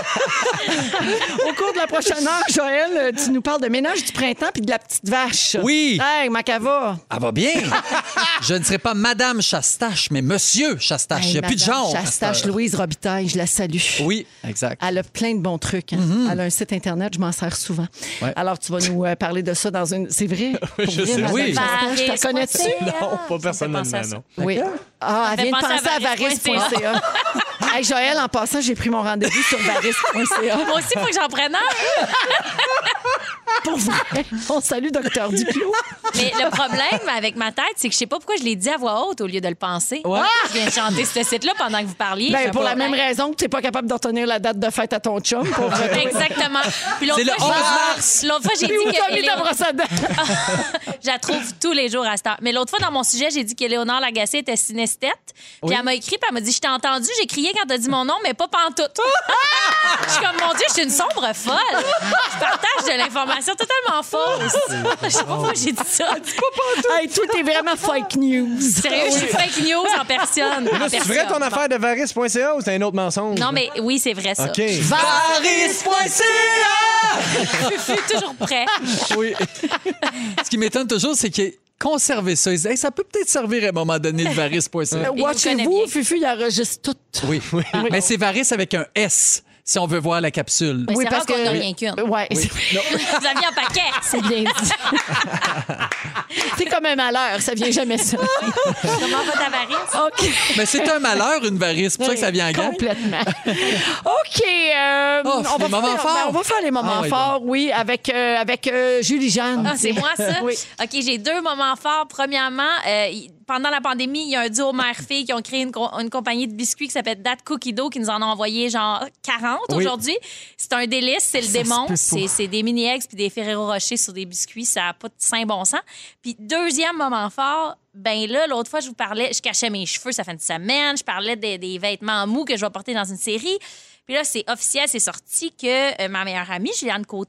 Speaker 3: Au cours de la prochaine heure, Joël, tu nous parles de ménage du printemps puis de la petite vache.
Speaker 4: Oui.
Speaker 3: Hey, Macava.
Speaker 4: Elle va bien. Je ne serai pas Madame Chastache, mais Monsieur Chastache. Il n'y a plus de
Speaker 3: Madame
Speaker 4: genre.
Speaker 3: Chastache Louise Robitaille, je la salue.
Speaker 4: Oui, exact.
Speaker 3: Elle a plein de bons trucs. Hein. Elle a un site Internet, je m'en sers souvent.
Speaker 4: Ouais.
Speaker 3: Alors, tu vas nous parler de ça dans une... C'est vrai? Pour
Speaker 6: je
Speaker 3: vrai,
Speaker 6: sais.
Speaker 3: Madame
Speaker 4: Oui.
Speaker 3: Chastache, tu la connais-tu?
Speaker 6: Non, pas personnellement,
Speaker 5: Ça me fait penser à ça.
Speaker 6: non.
Speaker 3: Oui. Ah, elle
Speaker 5: fait
Speaker 3: vient de
Speaker 5: penser
Speaker 3: penser à
Speaker 5: à
Speaker 3: varis.ca. Hey, Joël, en passant, j'ai pris mon rendez-vous sur varis.ca.
Speaker 5: Moi aussi, il faut que j'en prenne un.
Speaker 3: Pour vrai. On salue Docteur Duclos.
Speaker 5: Mais le problème avec ma tête, c'est que je sais pas pourquoi je l'ai dit à voix haute au lieu de le penser.
Speaker 4: Ouais.
Speaker 5: Je viens chanter ce site-là pendant que vous parliez.
Speaker 3: Ben,
Speaker 5: Je sais
Speaker 3: pour
Speaker 5: pas.
Speaker 3: la même raison que tu n'es pas capable de retenir la date de fête à ton chum. Pour
Speaker 5: Exactement. Puis l'autre
Speaker 4: C'est le
Speaker 5: fois,
Speaker 4: 11
Speaker 5: j'ai- L'autre fois, j'ai
Speaker 3: Puis où
Speaker 5: dit
Speaker 3: t'as
Speaker 5: que
Speaker 3: mis ta brosse à dents?
Speaker 5: je la trouve tous les jours à cette heure. Mais l'autre fois, dans mon sujet, j'ai dit que Léonore Lagacé était synesthète. Puis elle m'a écrit, puis elle m'a dit, je t'ai entendu, j'ai crié quand t'as dit mon nom, mais pas pantoute. Je suis comme, mon Dieu, je suis une sombre folle. Je partage de l'information totalement fausse. Je sais pas pourquoi j'ai dit ça.
Speaker 3: Hey, toi, t'es vraiment fake news.
Speaker 5: Sérieux, je suis fake new en personne.
Speaker 6: Là, c'est vrai ton affaire de varis.ca ou c'est un autre mensonge?
Speaker 5: Non, mais oui, c'est vrai, ça.
Speaker 6: OK.
Speaker 5: Je suis toujours prêt.
Speaker 4: Oui. Ce qui m'étonne toujours, c'est qu'il a conservé ça. Il dit, hey, ça peut peut-être servir à un moment donné, le varis.ca.
Speaker 5: connaît
Speaker 3: Watchez-vous,
Speaker 5: bien.
Speaker 3: Fufu, il enregistre tout.
Speaker 4: Oui. Mais c'est varis avec un S, si on veut voir la capsule.
Speaker 5: Mais c'est rare qu'on n'a rien qu'une.
Speaker 3: Ouais,
Speaker 5: Vous aviez un paquet.
Speaker 3: c'est bien dit. C'est comme un malheur, ça vient jamais ça.
Speaker 5: Comment va ta varice?
Speaker 3: OK.
Speaker 4: Mais c'est un malheur, une varis. C'est pour ça que ça vient en gang.
Speaker 3: Complètement. OK.
Speaker 4: les moments forts.
Speaker 3: On va faire les moments
Speaker 4: Ah, oui,
Speaker 3: forts, oui, avec Julie-Jeanne.
Speaker 5: Ah, c'est moi, ça?
Speaker 3: Oui.
Speaker 5: OK, j'ai 2 moments forts. Premièrement, pendant la pandémie, il y a un duo mère-fille qui ont créé une compagnie de biscuits qui s'appelle That Cookie Dough qui nous en a envoyé genre 40 aujourd'hui. C'est un délice, c'est le démon. C'est des mini-eggs puis des Ferrero Rocher sur des biscuits. Ça n'a pas de saint bon sens. Puis deuxième moment fort, ben là, l'autre fois, je vous parlais, je cachais mes cheveux, ça fait une semaine. Je parlais des vêtements mous que je vais porter dans une série. Puis là, c'est officiel, c'est sorti que ma meilleure amie, Juliane Côté,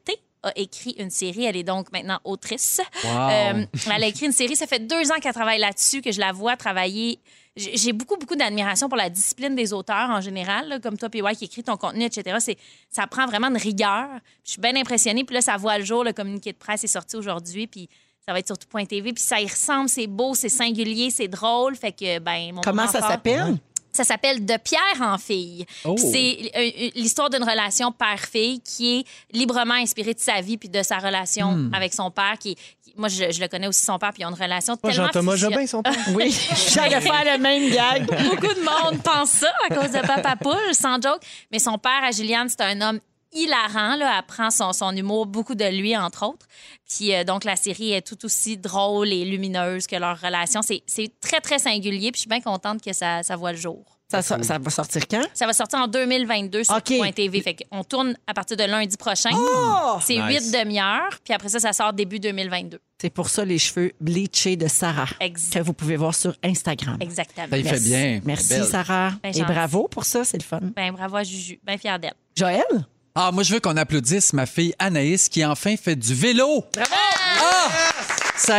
Speaker 5: a écrit une série. Elle est donc maintenant autrice.
Speaker 4: Wow.
Speaker 5: Elle a écrit une série. Ça fait 2 ans qu'elle travaille là-dessus, que je la vois travailler. J'ai beaucoup d'admiration pour la discipline des auteurs en général, là, comme toi, PY, qui écrit ton contenu, etc. Ça prend vraiment une rigueur. Je suis bien impressionnée. Puis là, ça voit le jour. Le communiqué de presse est sorti aujourd'hui. Puis ça va être sur tout.tv. Puis ça y ressemble, c'est beau, c'est singulier, c'est drôle. Fait que, mon
Speaker 3: Comment
Speaker 5: moment
Speaker 3: ça
Speaker 5: fort-
Speaker 3: s'appelle?
Speaker 5: Ça s'appelle De pierre en fille.
Speaker 4: Oh.
Speaker 5: C'est l'histoire d'une relation père-fille qui est librement inspirée de sa vie puis de sa relation avec son père. Moi, je le connais aussi, son père, puis ils ont une relation
Speaker 6: Pas
Speaker 5: tellement
Speaker 6: Jean-Thomas
Speaker 5: fusion-
Speaker 6: Jobin, son père.
Speaker 3: Oui, j'allais faire le même gag.
Speaker 5: Beaucoup de monde pense ça à cause de Papa Poule, sans joke. Mais son père, à Juliane, c'est un homme hilarant. Là. Elle prend son humour, beaucoup de lui, entre autres. Puis donc, la série est tout aussi drôle et lumineuse que leur relation. C'est très, très singulier. Puis je suis bien contente que ça voit le jour.
Speaker 3: Ça va sortir quand?
Speaker 5: Ça va sortir en 2022 sur
Speaker 3: OK.
Speaker 5: .tv. Fait qu'on tourne à partir de lundi prochain.
Speaker 3: Oh!
Speaker 5: C'est 8 demi-heures. Puis après ça sort début 2022.
Speaker 3: C'est pour ça les cheveux bleachés de Sarah que vous pouvez voir sur Instagram.
Speaker 5: Exactement.
Speaker 4: Ben, il fait bien.
Speaker 3: Merci,
Speaker 4: Belle.
Speaker 3: Sarah.
Speaker 5: Ben,
Speaker 3: Et
Speaker 5: gentil.
Speaker 3: bravo pour ça, c'est le fun.
Speaker 5: Ben, bravo à Juju. Bien fière d'elle.
Speaker 3: Joël?
Speaker 4: Ah, moi, je veux qu'on applaudisse ma fille Anaïs qui enfin fait du vélo. Bravo! Ah! Ça a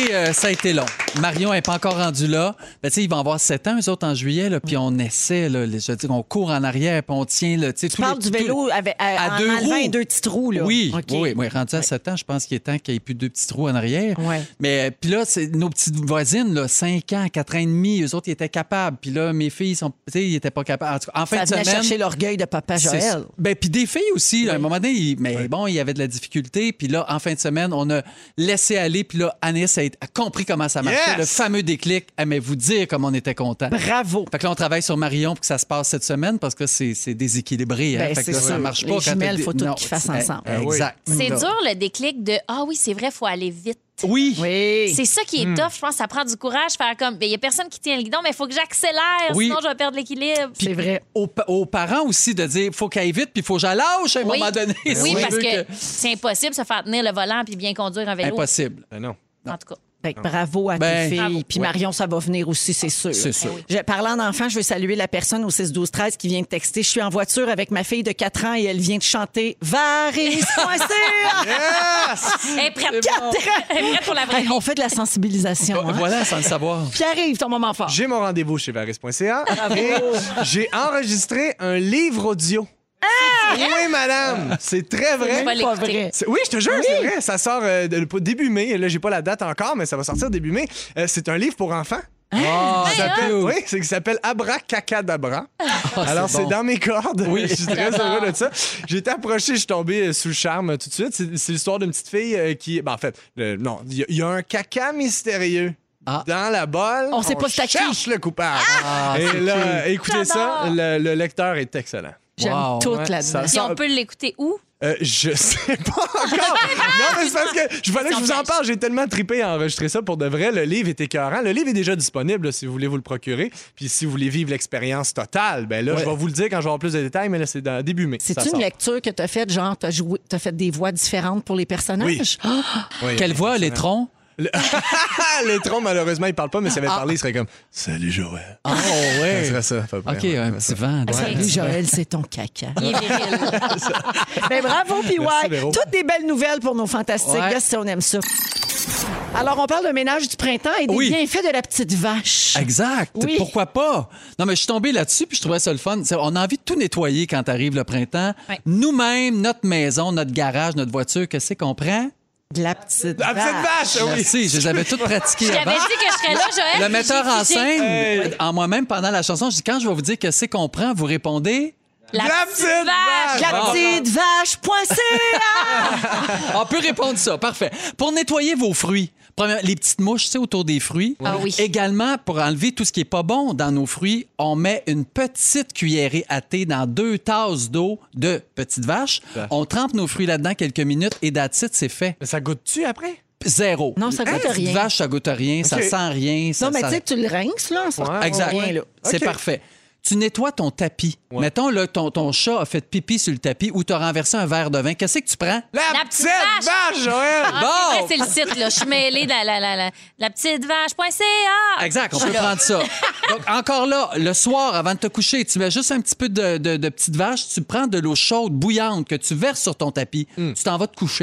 Speaker 4: été long. Marion n'est pas encore rendue là. Ben, tu sais, ils vont avoir 7 ans, eux autres, en juillet, là, puis on essaie, là, je veux dire, on court en arrière, puis on tient, là, tu sais,
Speaker 3: Tu parles du vélo en
Speaker 4: 2
Speaker 3: enlevant
Speaker 4: roues.
Speaker 3: 2 petits trous, là.
Speaker 4: Oui,
Speaker 3: OK.
Speaker 4: oui, rendu à 7 ans, je pense qu'il est temps qu'il n'y ait plus 2 petits trous en arrière.
Speaker 3: Ouais.
Speaker 4: Mais puis là, c'est nos petites voisines, là, 5 ans, 4 ans et demi, eux autres, ils étaient capables. Puis là, mes filles, ils n'étaient pas capables. En tout cas, en fin
Speaker 3: Ça
Speaker 4: de
Speaker 3: venait
Speaker 4: semaine...
Speaker 3: chercher l'orgueil de papa
Speaker 4: c'est-
Speaker 3: Joël.
Speaker 4: Ben, puis des filles aussi. À un moment donné, bon, il y avait de la difficulté. Puis là, en fin de semaine, on a laissé aller. Puis là, Anis a compris comment ça marchait.
Speaker 6: Yes!
Speaker 4: Le fameux déclic. Elle m'a vous dire comme on était content.
Speaker 3: Bravo.
Speaker 4: Fait que là, on travaille sur Marion pour que ça se passe cette semaine parce que c'est déséquilibré. Hein?
Speaker 3: Ben,
Speaker 4: Fait
Speaker 3: c'est
Speaker 4: que là, ça
Speaker 3: sûr.
Speaker 4: marche
Speaker 3: Les
Speaker 4: pas. quand
Speaker 3: jumelles,
Speaker 4: t'as
Speaker 3: faut
Speaker 4: des-
Speaker 3: tout
Speaker 4: Non,
Speaker 3: qu'ils fassent
Speaker 4: c'est-
Speaker 3: ensemble.
Speaker 4: Exact.
Speaker 5: C'est
Speaker 4: Là.
Speaker 5: dur, le déclic de « Ah oui, c'est vrai, il faut aller vite ».
Speaker 4: Oui.
Speaker 3: Oui.
Speaker 5: C'est ça qui est tough, je pense. Ça prend du courage, faire comme, il y a personne qui tient le guidon, mais il faut que j'accélère,
Speaker 4: Oui.
Speaker 5: sinon je vais perdre l'équilibre.
Speaker 3: C'est vrai.
Speaker 4: Aux parents aussi de dire faut qu'elle aille vite puis il faut que je la lâche à un
Speaker 5: Oui.
Speaker 4: moment donné.
Speaker 5: Oui,
Speaker 4: Si
Speaker 5: parce
Speaker 4: je veux
Speaker 5: que c'est impossible de se faire tenir le volant puis bien conduire un vélo.
Speaker 4: Impossible.
Speaker 6: Ben non.
Speaker 5: En tout cas.
Speaker 3: Fait que bravo à
Speaker 4: Ben,
Speaker 3: tes filles.
Speaker 5: bravo.
Speaker 3: Puis Marion, ça va venir aussi, c'est sûr.
Speaker 4: C'est sûr.
Speaker 3: Parlant d'enfants, je veux saluer la personne au 6-12-13 qui vient de texter. Je suis en voiture avec ma fille de 4 ans et elle vient de chanter Varis.ca.
Speaker 5: Elle est prête.
Speaker 3: 4 ans.
Speaker 5: Elle est prête pour la vraie
Speaker 3: Hey,
Speaker 5: vie.
Speaker 3: on fait de la sensibilisation. hein.
Speaker 4: Voilà, sans le savoir.
Speaker 3: Pierre-Yves, ton moment fort.
Speaker 6: J'ai mon rendez-vous chez varis.ca et j'ai enregistré un livre audio. Oui, madame, c'est très vrai.
Speaker 5: Je vais
Speaker 3: Pas
Speaker 5: l'écouter.
Speaker 3: vrai.
Speaker 6: Oui, je te jure, c'est vrai. Ça sort début mai. Là, j'ai pas la date encore, mais ça va sortir début mai. C'est un livre pour enfants.
Speaker 4: Ah,
Speaker 6: Ça s'appelle, oui, c'est qui s'appelle Abracacadabra. Alors, c'est
Speaker 4: bon.
Speaker 6: dans mes cordes.
Speaker 4: Oui.
Speaker 6: Je suis très heureux de ça. J'ai été approché, je suis tombé sous le charme tout de suite. C'est l'histoire d'une petite fille qui. Ben, en fait, non, il y a un caca mystérieux.
Speaker 4: Ah.
Speaker 6: Dans la bolle,
Speaker 3: On sait pas c'est à qui.
Speaker 6: cherche le coupable.
Speaker 4: Ah,
Speaker 6: Et
Speaker 4: c'est
Speaker 6: là, écoutez ça,
Speaker 5: J'adore.
Speaker 6: le lecteur est excellent.
Speaker 3: J'aime
Speaker 4: Wow.
Speaker 3: tout
Speaker 6: Ouais,
Speaker 3: là-dedans.
Speaker 6: ça-
Speaker 5: Puis on peut l'écouter où?
Speaker 6: Je sais pas encore. Non, mais c'est parce que je voulais que je vous en parle. J'ai tellement trippé à enregistrer ça pour de vrai. Le livre est écœurant. Le livre est déjà disponible là, si vous voulez vous le procurer. Puis si vous voulez vivre l'expérience totale, ben là,
Speaker 4: Ouais.
Speaker 6: je vais vous le dire quand je vais avoir plus de détails, mais là, c'est dans début mai.
Speaker 3: C'est
Speaker 6: ça
Speaker 3: une
Speaker 6: sort.
Speaker 3: lecture que tu as faite, genre, t'as fait des voix différentes pour les personnages?
Speaker 6: Oui.
Speaker 3: Ah!
Speaker 6: Oui.
Speaker 4: Quelle voix, les troncs?
Speaker 6: L'étron, malheureusement, il parle pas, mais ça va parler, il serait comme Salut Joël.
Speaker 4: Oh,
Speaker 6: Ça
Speaker 4: ouais.
Speaker 6: serait ça. à peu près,
Speaker 4: OK,
Speaker 6: ouais.
Speaker 4: un petit vent.
Speaker 3: Salut Joël, c'est ton caca.
Speaker 5: Il est viril.
Speaker 3: Ben bravo, puis
Speaker 6: Merci,
Speaker 3: ouais,
Speaker 6: Véro.
Speaker 3: toutes des belles nouvelles pour nos fantastiques.
Speaker 4: Ouais.
Speaker 3: Gars, si on aime ça. Alors, on parle de ménage du printemps et des
Speaker 4: Oui.
Speaker 3: bienfaits de la petite vache.
Speaker 4: Exact.
Speaker 3: Oui.
Speaker 4: Pourquoi pas? Non, mais je suis tombé là-dessus puis je trouvais ça le fun. On a envie de tout nettoyer quand arrive le printemps.
Speaker 5: Ouais.
Speaker 4: Nous-mêmes, notre maison, notre garage, notre voiture, qu'est-ce qu'on prend?
Speaker 3: De la petite
Speaker 6: La petite vache, oui.
Speaker 4: Merci, je les avais toutes pratiquées
Speaker 5: Je
Speaker 4: avant.
Speaker 5: t'avais dit que je serais là, Joël.
Speaker 4: Le
Speaker 5: puis
Speaker 4: metteur
Speaker 5: j'ai
Speaker 4: en
Speaker 5: figé.
Speaker 4: scène,
Speaker 6: Hey.
Speaker 4: en moi-même, pendant la chanson, je dis quand je vais vous dire que c'est qu'on prend, vous répondez.
Speaker 5: La
Speaker 6: petite vache.
Speaker 3: La petite vache.ca.
Speaker 4: On peut répondre ça, parfait. Pour nettoyer vos fruits, premièrement, les petites mouches, tu sais, autour des fruits.
Speaker 5: Ah oui.
Speaker 4: Également, pour enlever tout ce qui est pas bon dans nos fruits, on met une petite cuillerée à thé dans 2 tasses d'eau de petite vache. On trempe nos fruits là-dedans quelques minutes et that's it, c'est fait.
Speaker 6: Mais ça goûte-tu après?
Speaker 4: Zéro.
Speaker 3: Non, ça goûte
Speaker 4: La petite
Speaker 3: rien.
Speaker 4: vache, ça goûte rien, ça
Speaker 6: OK.
Speaker 4: sent rien.
Speaker 3: Non, mais tu sais, tu le rinces, là. Ça
Speaker 6: Ouais.
Speaker 4: Exact.
Speaker 3: rien, là.
Speaker 4: C'est
Speaker 6: OK.
Speaker 4: parfait. Tu nettoies ton tapis. Mettons, là, ton chat a fait pipi sur le tapis ou tu as renversé un verre de vin. Qu'est-ce que tu prends?
Speaker 6: La
Speaker 5: petite
Speaker 6: petite vache, Joël!
Speaker 5: Ah, c'est vrai, c'est le site, là. Je suis mêlée de la petite vache.ca.
Speaker 4: Exact, on peut prendre ça. Donc, encore là, le soir, avant de te coucher, tu mets juste un petit peu de petite vache, tu prends de l'eau chaude, bouillante, que tu verses sur ton tapis. Tu t'en vas te coucher.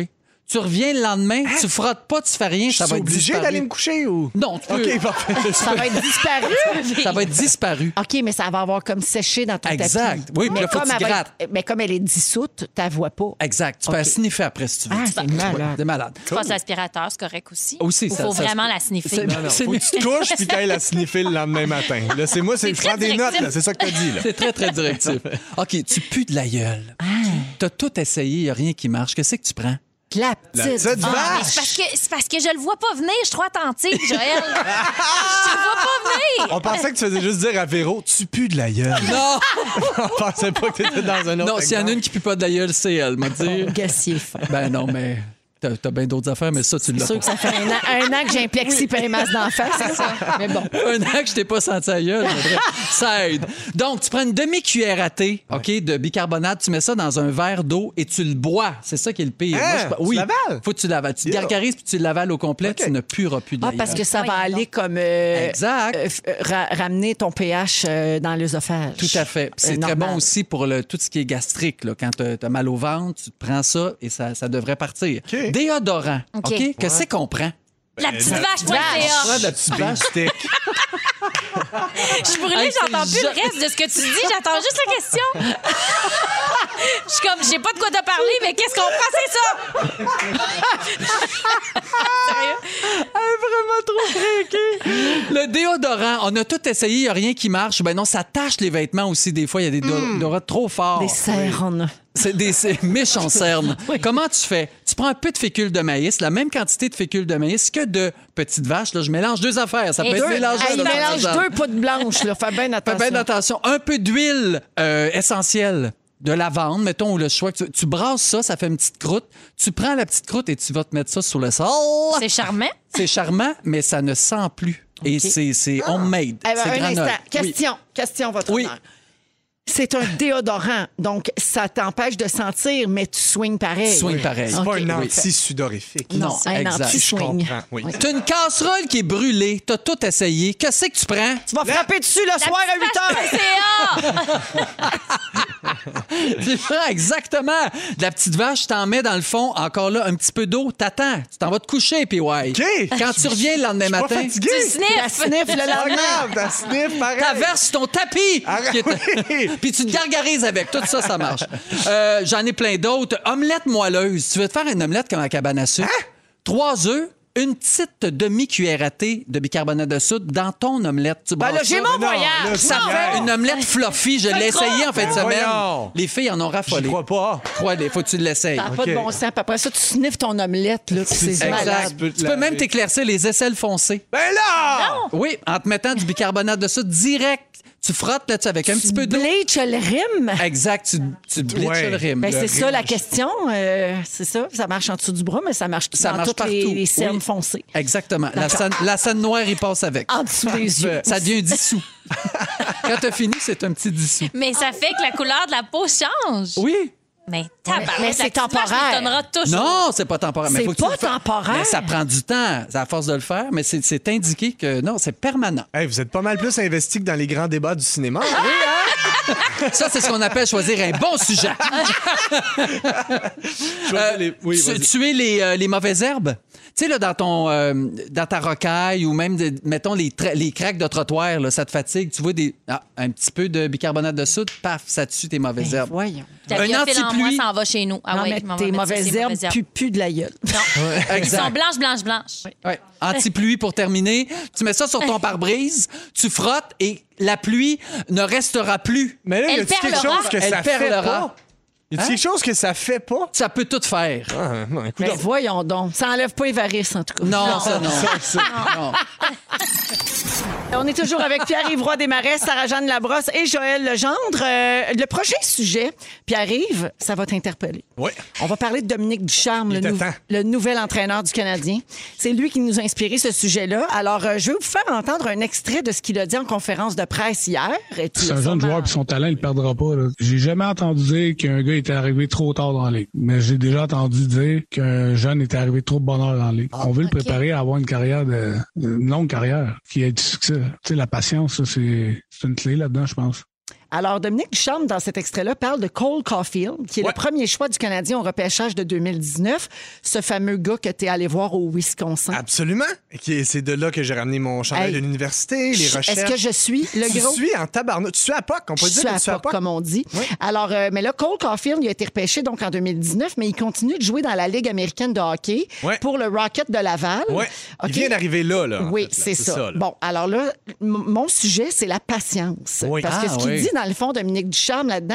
Speaker 4: Tu reviens le lendemain, tu frottes pas, tu fais rien, ça va être
Speaker 6: obligé
Speaker 4: disparu.
Speaker 6: d'aller me coucher ou?
Speaker 4: Non, tu peux.
Speaker 6: OK, parfait.
Speaker 3: Ça va être disparu.
Speaker 4: Ça va être disparu.
Speaker 3: OK, mais ça va avoir comme séché dans ton
Speaker 4: Exact.
Speaker 3: tapis.
Speaker 4: Oui, puis là, faut que tu grattes.
Speaker 3: Mais comme elle est dissoute, tu la vois pas.
Speaker 4: Exact. Tu peux la sniffer après si tu veux.
Speaker 3: Ah, c'est malade.
Speaker 4: C'est malade.
Speaker 5: Tu passes l'aspirateur, c'est correct aussi.
Speaker 4: Aussi,
Speaker 5: Il
Speaker 4: ça-
Speaker 5: faut
Speaker 4: ça-
Speaker 5: vraiment la sniffer.
Speaker 6: Non, faut que tu te couches puis t'ailles la sniffer le lendemain matin. Là, c'est moi, je
Speaker 5: très
Speaker 6: prends des notes,
Speaker 5: directif.
Speaker 6: là. C'est ça que t'as dit, là.
Speaker 4: C'est très, très directif. OK, tu pues de la gueule. T'as tout essayé, il n'y a rien qui marche. Qu'est-ce que tu prends?
Speaker 3: La
Speaker 6: La
Speaker 3: petite.
Speaker 6: petite
Speaker 5: Ah, mais
Speaker 6: vache!
Speaker 5: c'est parce que je le vois pas venir. Je suis trop attentive, Joël. Je le vois pas venir.
Speaker 6: On pensait que tu faisais juste dire à Véro, tu pues de la gueule.
Speaker 4: Non!
Speaker 6: On pensait pas que t'étais dans un autre
Speaker 4: Non, s'il y en a une qui pue pas de la gueule, c'est elle, m'a dit.
Speaker 3: Gassier fin.
Speaker 4: Ben non, mais t'as bien d'autres affaires, mais ça, tu
Speaker 3: C'est
Speaker 4: l'as
Speaker 3: sûr
Speaker 4: pas.
Speaker 3: que ça fait un an que j'ai un plexi et un masque d'en face, c'est ça. Mais bon.
Speaker 4: Un an que je t'ai pas senti à gueule, mais bref, ça aide. Donc, tu prends une demi-cuillère à thé, OK, de bicarbonate, tu mets ça dans un verre d'eau et tu le bois. C'est ça qui est le pire.
Speaker 6: Hein?
Speaker 4: Oui.
Speaker 6: Tu l'avales?
Speaker 4: Faut que tu l'avales. Tu te
Speaker 6: Yeah.
Speaker 4: gargarises puis tu l'avales au complet,
Speaker 6: OK.
Speaker 4: tu ne pueras plus de la
Speaker 3: Ah, parce
Speaker 4: gueule.
Speaker 3: que ça va
Speaker 5: Voyons
Speaker 3: aller
Speaker 5: donc.
Speaker 3: comme
Speaker 4: Exact.
Speaker 3: ramener ton pH dans l'œsophage.
Speaker 4: Tout à fait. Puis c'est très bon aussi pour tout ce qui est gastrique. Là. Quand t'as mal au ventre, tu te prends ça et ça devrait partir.
Speaker 6: OK.
Speaker 4: Déodorant. OK?
Speaker 5: OK.
Speaker 4: Qu'est-ce qu'on prend?
Speaker 5: La petite
Speaker 3: Vache.
Speaker 5: vache.ca.
Speaker 4: de la petite vache.
Speaker 6: Stick.
Speaker 5: Je suis brûlée,
Speaker 4: Hey,
Speaker 5: j'entends
Speaker 4: c'est
Speaker 5: plus le reste de ce que tu dis. J'attends juste la question. Je suis comme, je sais pas de quoi t'as parlé, mais qu'est-ce qu'on prend, c'est ça? Sérieux?
Speaker 4: Vraiment trop craqué. Le déodorant, on a tout essayé, il n'y a rien qui marche. Ben non, ça tâche les vêtements aussi. Des fois, il y a des déodorants trop forts.
Speaker 3: Des cernes.
Speaker 4: C'est des méchants cernes. Comment tu fais? Tu prends un peu de fécule de maïs, la même quantité de fécule de maïs que de petites vaches. Là, je mélange deux affaires. Ça peut
Speaker 5: Et
Speaker 4: être
Speaker 5: deux.
Speaker 4: mélangé.
Speaker 3: Hey, il
Speaker 4: de temps en
Speaker 3: mélange
Speaker 4: temps.
Speaker 3: 2 poudres blanches, là. Fais bien
Speaker 4: Fais
Speaker 3: attention.
Speaker 4: bien attention. Un peu d'huile essentielle de lavande, mettons, ou le choix. Tu brasses ça, ça fait une petite croûte. Tu prends la petite croûte et tu vas te mettre ça sur le sol.
Speaker 5: C'est charmant.
Speaker 4: C'est charmant, mais ça ne sent plus. Et c'est homemade.
Speaker 3: Eh ben,
Speaker 4: c'est
Speaker 3: un
Speaker 4: granola.
Speaker 3: instant. Question, votre
Speaker 4: Oui.
Speaker 3: honneur. C'est un déodorant, donc ça t'empêche de sentir, mais tu swings pareil.
Speaker 4: Tu swings pareil.
Speaker 6: C'est pas
Speaker 3: OK.
Speaker 6: un anti-sudorifique.
Speaker 3: Non, un
Speaker 4: exact.
Speaker 6: Je
Speaker 3: anti-swing.
Speaker 6: comprends, oui.
Speaker 4: T'as une casserole qui est brûlée, t'as tout essayé. Qu'est-ce que tu prends?
Speaker 3: Tu vas frapper dessus le soir à 8 heures.
Speaker 4: Tu prends exactement de la petite vache, tu t'en mets dans le fond, encore là, un petit peu d'eau, t'attends. Tu t'en vas te coucher, puis ouais.
Speaker 6: OK.
Speaker 4: Quand tu reviens le lendemain
Speaker 6: Pas
Speaker 4: matin,
Speaker 6: fatigué.
Speaker 5: Tu
Speaker 3: La
Speaker 5: sniffes.
Speaker 3: sniff le
Speaker 6: Pas
Speaker 3: lendemain.
Speaker 6: grave, t'as sniff pareil.
Speaker 4: t'averses ton tapis.
Speaker 6: Arrête,
Speaker 4: Qui est-
Speaker 6: oui.
Speaker 4: Puis tu te gargarises avec. Tout ça, ça marche. J'en ai plein d'autres. Omelette moelleuse. Tu veux te faire une omelette comme à cabane à sucre? 3 œufs, une petite demi-cuillère à thé de bicarbonate de soude dans ton omelette. Tu
Speaker 3: Ben là,
Speaker 4: brasses
Speaker 3: j'ai
Speaker 4: ça.
Speaker 3: mon
Speaker 6: non,
Speaker 3: voyage.
Speaker 6: là,
Speaker 4: Ça
Speaker 6: Non.
Speaker 4: fait une omelette fluffy. Je l'ai essayé en fin de
Speaker 6: Ben
Speaker 4: semaine.
Speaker 6: voyons.
Speaker 4: Les filles en ont
Speaker 6: J'y
Speaker 4: raffolé.
Speaker 6: crois pas.
Speaker 4: Crois-les, faut que tu l'essayes.
Speaker 3: Ça n'a pas de
Speaker 6: OK.
Speaker 3: bon sens. Puis après ça, tu sniffes ton omelette, là, puis c'est
Speaker 6: ça.
Speaker 3: malade.
Speaker 6: peux te
Speaker 4: Tu peux
Speaker 6: laver.
Speaker 4: même t'éclaircir les aisselles foncées.
Speaker 6: Ben là!
Speaker 4: Oui, en te mettant du bicarbonate de soude direct. Tu frottes là-dessus avec un petit peu d'eau.
Speaker 3: Bleach le rime.
Speaker 4: Exact, tu bleaches
Speaker 6: Ouais.
Speaker 4: le rime.
Speaker 3: Ben,
Speaker 6: Le
Speaker 3: c'est ça la
Speaker 6: rime.
Speaker 3: question. C'est ça. Ça marche en dessous du bras, mais ça marche
Speaker 4: Ça
Speaker 3: dans
Speaker 4: marche
Speaker 3: toutes
Speaker 4: partout.
Speaker 3: les cernes
Speaker 4: Oui.
Speaker 3: foncées.
Speaker 4: Exactement. La scène noire, il passe avec.
Speaker 3: En dessous des yeux.
Speaker 4: Ça devient dissous. Quand t'as fini, c'est un petit dissous.
Speaker 5: Mais ça fait que la couleur de la peau change.
Speaker 4: Oui.
Speaker 5: Mais tabarouette,
Speaker 3: mais c'est
Speaker 5: la petite vache
Speaker 3: temporaire.
Speaker 5: m'étonnera toujours.
Speaker 4: Non, c'est pas temporaire. Mais
Speaker 3: C'est
Speaker 4: faut que tu
Speaker 3: pas
Speaker 4: le fasses.
Speaker 3: temporaire.
Speaker 4: Mais ça prend du temps, à force de le faire, mais c'est indiqué que non, c'est permanent.
Speaker 6: Hey, vous êtes pas mal plus investi que dans les grands débats du cinéma.
Speaker 4: Ça, c'est ce qu'on appelle choisir un bon sujet. Tuer les mauvaises herbes. Tu sais, là, dans ta rocaille ou même, mettons, les craques de trottoir, là, ça te fatigue. Tu vois un petit peu de bicarbonate de soude, paf, ça tue tes mauvaises
Speaker 3: Ben,
Speaker 4: herbes.
Speaker 3: voyons.
Speaker 5: La
Speaker 4: Un
Speaker 5: biophile en moi
Speaker 4: anti-pluie.
Speaker 5: s'en va chez nous. Ah
Speaker 3: Non,
Speaker 5: ouais,
Speaker 3: mais
Speaker 5: je m'en
Speaker 3: tes
Speaker 5: vais mettre ça,
Speaker 3: mauvaises
Speaker 5: ces
Speaker 3: herbes puent de la gueule.
Speaker 5: Non. Ils
Speaker 4: Exact.
Speaker 5: sont blanches.
Speaker 4: Ouais. Anti-pluie pour terminer. Tu mets ça sur ton pare-brise, tu frottes et la pluie ne restera plus.
Speaker 6: Mais là, y
Speaker 5: Elle
Speaker 6: a-t-il quelque
Speaker 5: perlera.
Speaker 6: chose que
Speaker 4: Elle
Speaker 6: ça fait
Speaker 4: perlera.
Speaker 6: pas? Y a-t-il quelque chose que ça fait pas?
Speaker 4: Ça peut tout faire.
Speaker 6: Ah, non, écoute.
Speaker 3: Ben, voyons donc. Ça enlève pas les varices, en tout cas.
Speaker 4: Non, ça, non. Non.
Speaker 3: On est toujours avec Pierre-Yves Roy Desmarais, Sarah-Jeanne Labrosse et Joël Legendre. Le prochain sujet, Pierre-Yves, ça va t'interpeller.
Speaker 6: Oui.
Speaker 3: On va parler de Dominique Ducharme,
Speaker 6: Il était temps.
Speaker 3: le nouvel entraîneur du Canadien. C'est lui qui nous a inspiré ce sujet-là. Alors, je vais vous faire entendre un extrait de ce qu'il a dit en conférence de presse hier. Et tu
Speaker 7: C'est
Speaker 3: l'as
Speaker 7: un jeune
Speaker 3: sûrement-
Speaker 7: joueur, puis son talent, il le perdra pas. Là. J'ai jamais entendu dire qu'un gars était arrivé trop tard dans la ligue. Mais j'ai déjà entendu dire qu'un jeune était arrivé trop de bonheur dans la ligue. On veut le préparer à avoir une carrière une longue carrière, qui ait du succès. Tu sais, la patience, ça, c'est une clé là-dedans, je pense.
Speaker 3: Alors, Dominique Ducharme, dans cet extrait-là, parle de Cole Caulfield, qui est le premier choix du Canadien au repêchage de 2019. Ce fameux gars que tu es allé voir au Wisconsin.
Speaker 6: Absolument. C'est de là que j'ai ramené mon chandail de l'université, les recherches.
Speaker 3: Est-ce que je suis le gros?
Speaker 6: Tu suis en tabarnak. Tu suis à POC, on peut dire que tu suis à POC.
Speaker 3: Comme on dit. Oui. Alors, mais là, Cole Caulfield, il a été repêché donc en 2019, mais il continue de jouer dans la Ligue américaine de hockey pour le Rocket de Laval.
Speaker 6: Oui. Okay. Il vient d'arriver là.
Speaker 3: Oui, c'est ça. Bon, alors là, mon sujet, c'est la patience.
Speaker 6: Oui.
Speaker 3: Parce que ce qu'il dit, dans le fond, Dominique Ducharme, là-dedans,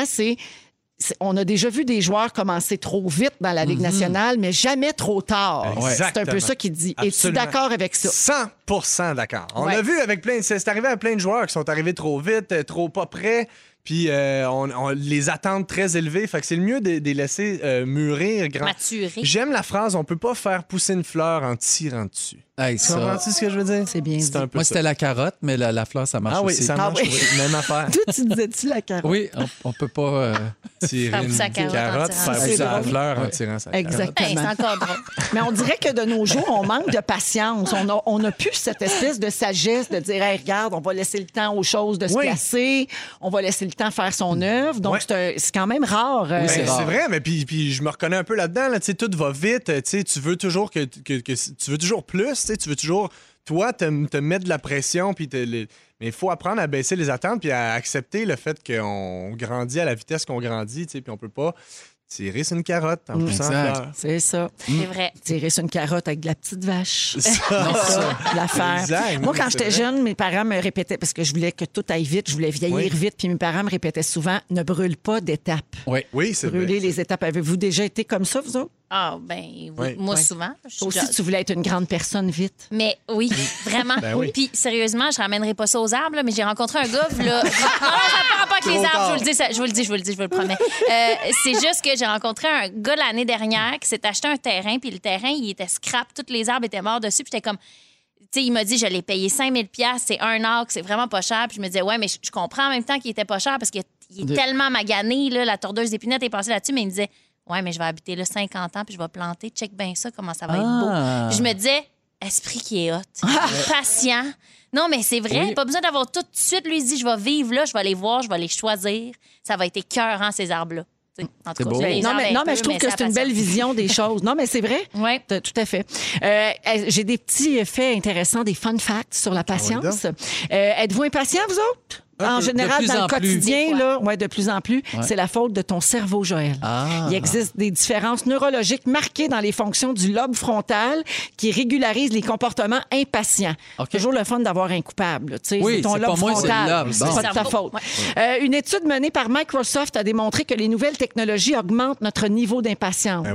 Speaker 3: on a déjà vu des joueurs commencer trop vite dans la Ligue nationale, mais jamais trop tard.
Speaker 6: Exactement.
Speaker 3: C'est un peu ça qu'il dit. Es-tu d'accord avec ça?
Speaker 6: 100% d'accord. On l'a vu avec c'est arrivé à plein de joueurs qui sont arrivés trop vite, trop pas prêts. Puis on les attentes très élevées. Fait que c'est le mieux de les laisser mûrir,
Speaker 5: maturer.
Speaker 6: J'aime la phrase, on peut pas faire pousser une fleur en tirant dessus.
Speaker 4: Hey,
Speaker 6: tu comprends-tu ce que je veux dire?
Speaker 3: C'est bien dit.
Speaker 4: Moi, c'était la carotte, mais la fleur, ça marche aussi.
Speaker 6: Ça marche. Même affaire.
Speaker 3: Toi, tu disais-tu la carotte?
Speaker 4: Oui, on peut pas
Speaker 6: tirer une carotte, faire pousser la fleur en tirant sa carotte.
Speaker 3: Exactement.
Speaker 5: C'est encore drôle.
Speaker 3: Mais on dirait que de nos jours, on manque de patience. On a plus cette espèce de sagesse de dire, hey, regarde, on va laisser le temps aux choses de se placer, on va laisser le temps faire son œuvre. Donc, c'est quand même rare.
Speaker 6: Oui, c'est vrai, mais puis je me reconnais un peu là-dedans. Là, tout va vite. Tu veux toujours tu veux toujours plus. Tu veux toujours, toi, te mettre de la pression. Mais il faut apprendre à baisser les attentes puis à accepter le fait qu'on grandit à la vitesse qu'on grandit. Puis on peut pas tirer sur une carotte en poussant fleur.
Speaker 3: C'est ça.
Speaker 5: C'est vrai.
Speaker 3: Tirer sur une carotte avec de la petite vache.
Speaker 6: C'est ça.
Speaker 3: L'affaire.
Speaker 6: Exact.
Speaker 3: Moi, quand j'étais jeune, mes parents me répétaient, parce que je voulais que tout aille vite, je voulais vieillir vite, puis mes parents me répétaient souvent, ne brûle pas d'étapes.
Speaker 6: Oui, c'est vrai.
Speaker 3: Brûler les étapes. Avez-vous déjà été comme ça, vous autres?
Speaker 5: Ah, ben, moi, souvent.
Speaker 3: Toi aussi, tu voulais être une grande personne vite.
Speaker 5: Mais oui, vraiment. Puis, sérieusement, je ramènerai pas ça aux arbres, là, mais j'ai rencontré un gars, là. Non, ça n'a pas rapport avec les arbres, je vous le promets. C'est juste que j'ai rencontré un gars l'année dernière qui s'est acheté un terrain, puis le terrain, il était scrap, tous les arbres étaient morts dessus, puis j'étais comme. Tu sais, il m'a dit, je l'ai payé 5 000 $, c'est un arc, c'est vraiment pas cher. Puis je me disais, ouais, mais je comprends en même temps qu'il était pas cher parce qu'il est tellement magané, là, la tordeuse d'épinette est passée là-dessus, mais il me disait, ouais, mais je vais habiter là 50 ans, puis je vais planter. Check bien ça, comment ça va être beau. Puis je me disais, esprit qui est hot, patient. Non, mais c'est vrai, pas besoin d'avoir tout de suite. Lui, il dit, je vais vivre là, je vais les voir, je vais les choisir. Ça va être écœurant, ces arbres-là. En tout cas,
Speaker 4: beau.
Speaker 3: Non, mais je trouve que c'est une belle vision des choses. Non, mais c'est vrai.
Speaker 5: Oui.
Speaker 3: Tout à fait. J'ai des petits faits intéressants, des fun facts sur la patience. Êtes-vous impatient, vous autres? En général, dans le quotidien, là, de plus en plus, c'est la faute de ton cerveau, Joël. Il existe des différences neurologiques marquées dans les fonctions du lobe frontal qui régularisent les comportements impatients. Toujours le fun d'avoir un coupable. C'est ton lobe frontal. C'est pas de ta faute. Une étude menée par Microsoft a démontré que les nouvelles technologies augmentent notre niveau d'impatience.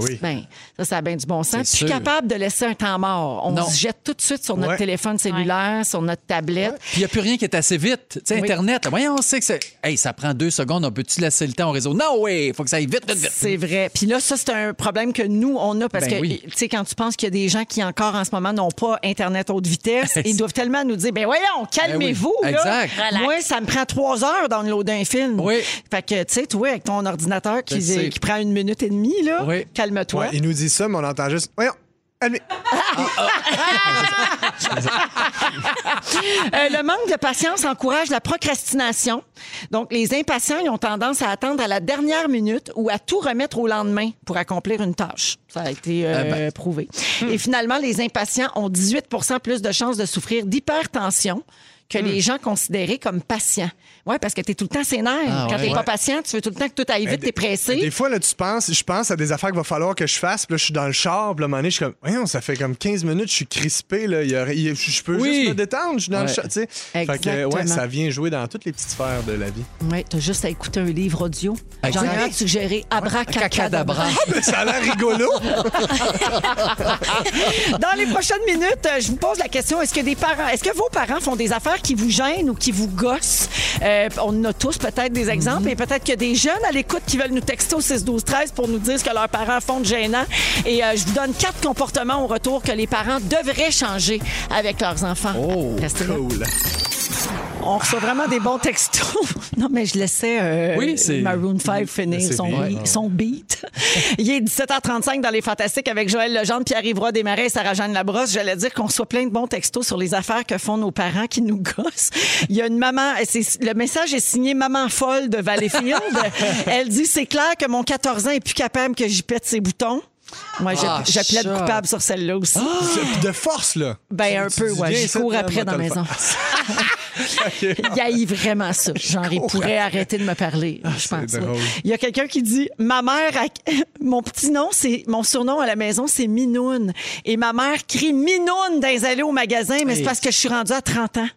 Speaker 3: Ça a bien du bon sens. Plus capable de laisser un temps mort. On se jette tout de suite sur notre téléphone cellulaire, sur notre tablette.
Speaker 4: Puis il n'y a plus rien qui est assez vite. Internet, voyons, on sait que ça prend 2 secondes, on peut-tu laisser le temps au réseau? Non, il faut que ça aille vite.
Speaker 3: C'est vrai. Puis là, ça, c'est un problème que nous, on a parce que, tu sais, quand tu penses qu'il y a des gens qui encore en ce moment n'ont pas Internet haute vitesse, ils doivent tellement nous dire, voyons, calmez-vous. Là.
Speaker 4: Exact.
Speaker 3: Moi, ça me prend 3 heures downloader un film. Fait que, tu sais, toi, avec ton ordinateur qui prend 1 minute et demie, là, calme-toi.
Speaker 6: Il nous dit ça, mais on entend juste, voyons.
Speaker 3: Le manque de patience encourage la procrastination. Donc, les impatients ils ont tendance à attendre à la dernière minute ou à tout remettre au lendemain pour accomplir une tâche. Ça a été prouvé. Et finalement, les impatients ont 18 % plus de chances de souffrir d'hypertension que les gens considérés comme patients. Oui, parce que tu es tout le temps sénère. Quand tu n'es pas patient, tu veux tout le temps que tout aille vite, tu es pressé.
Speaker 6: Des fois, là, je pense à des affaires qu'il va falloir que je fasse. Puis là, je suis dans le char. Puis là, à un moment donné, je suis comme, voyons, ça fait comme 15 minutes, je suis crispé. Là. Je peux juste me détendre. Je suis dans le char. Fait que, ça vient jouer dans toutes les petites sphères de la vie.
Speaker 3: Oui, tu as juste à écouter un livre audio. J'en ai un suggéré Abracadabra.
Speaker 6: Ça a l'air rigolo.
Speaker 3: Dans les prochaines minutes, je vous pose la question, est-ce que vos parents font des affaires qui vous gênent ou qui vous gossent? On a tous peut-être des exemples et peut-être qu'il y a des jeunes à l'écoute qui veulent nous texter au 6-12-13 pour nous dire ce que leurs parents font de gênant. Et je vous donne 4 comportements au retour que les parents devraient changer avec leurs enfants.
Speaker 6: Oh,
Speaker 3: Restez
Speaker 6: cool.
Speaker 3: là. On reçoit vraiment des bons textos. Non, mais je laissais Maroon 5 finir son beat. Il est 17h35 dans Les Fantastiques avec Joël Legendre, Pierre-Yves Roy Desmarais et Sarah-Jeanne Labrosse. J'allais dire qu'on reçoit plein de bons textos sur les affaires que font nos parents qui nous gossent. Il y a une maman, le message est signé Maman folle de Valleyfield. Elle dit, c'est clair que mon 14 ans est plus capable que j'y pète ses boutons. Moi, j'appelais le coupable sur celle-là aussi.
Speaker 6: De force, là.
Speaker 3: Ben, un peu, ouais. Je cours après dans la maison. Il haït vraiment ça. Genre, il pourrait arrêter de me parler, je pense. Ouais. Il y a quelqu'un qui dit, ma mère, mon surnom à la maison, c'est Minoune. Et ma mère crie Minoune dans les allées au magasin, mais c'est parce que je suis rendue à 30 ans.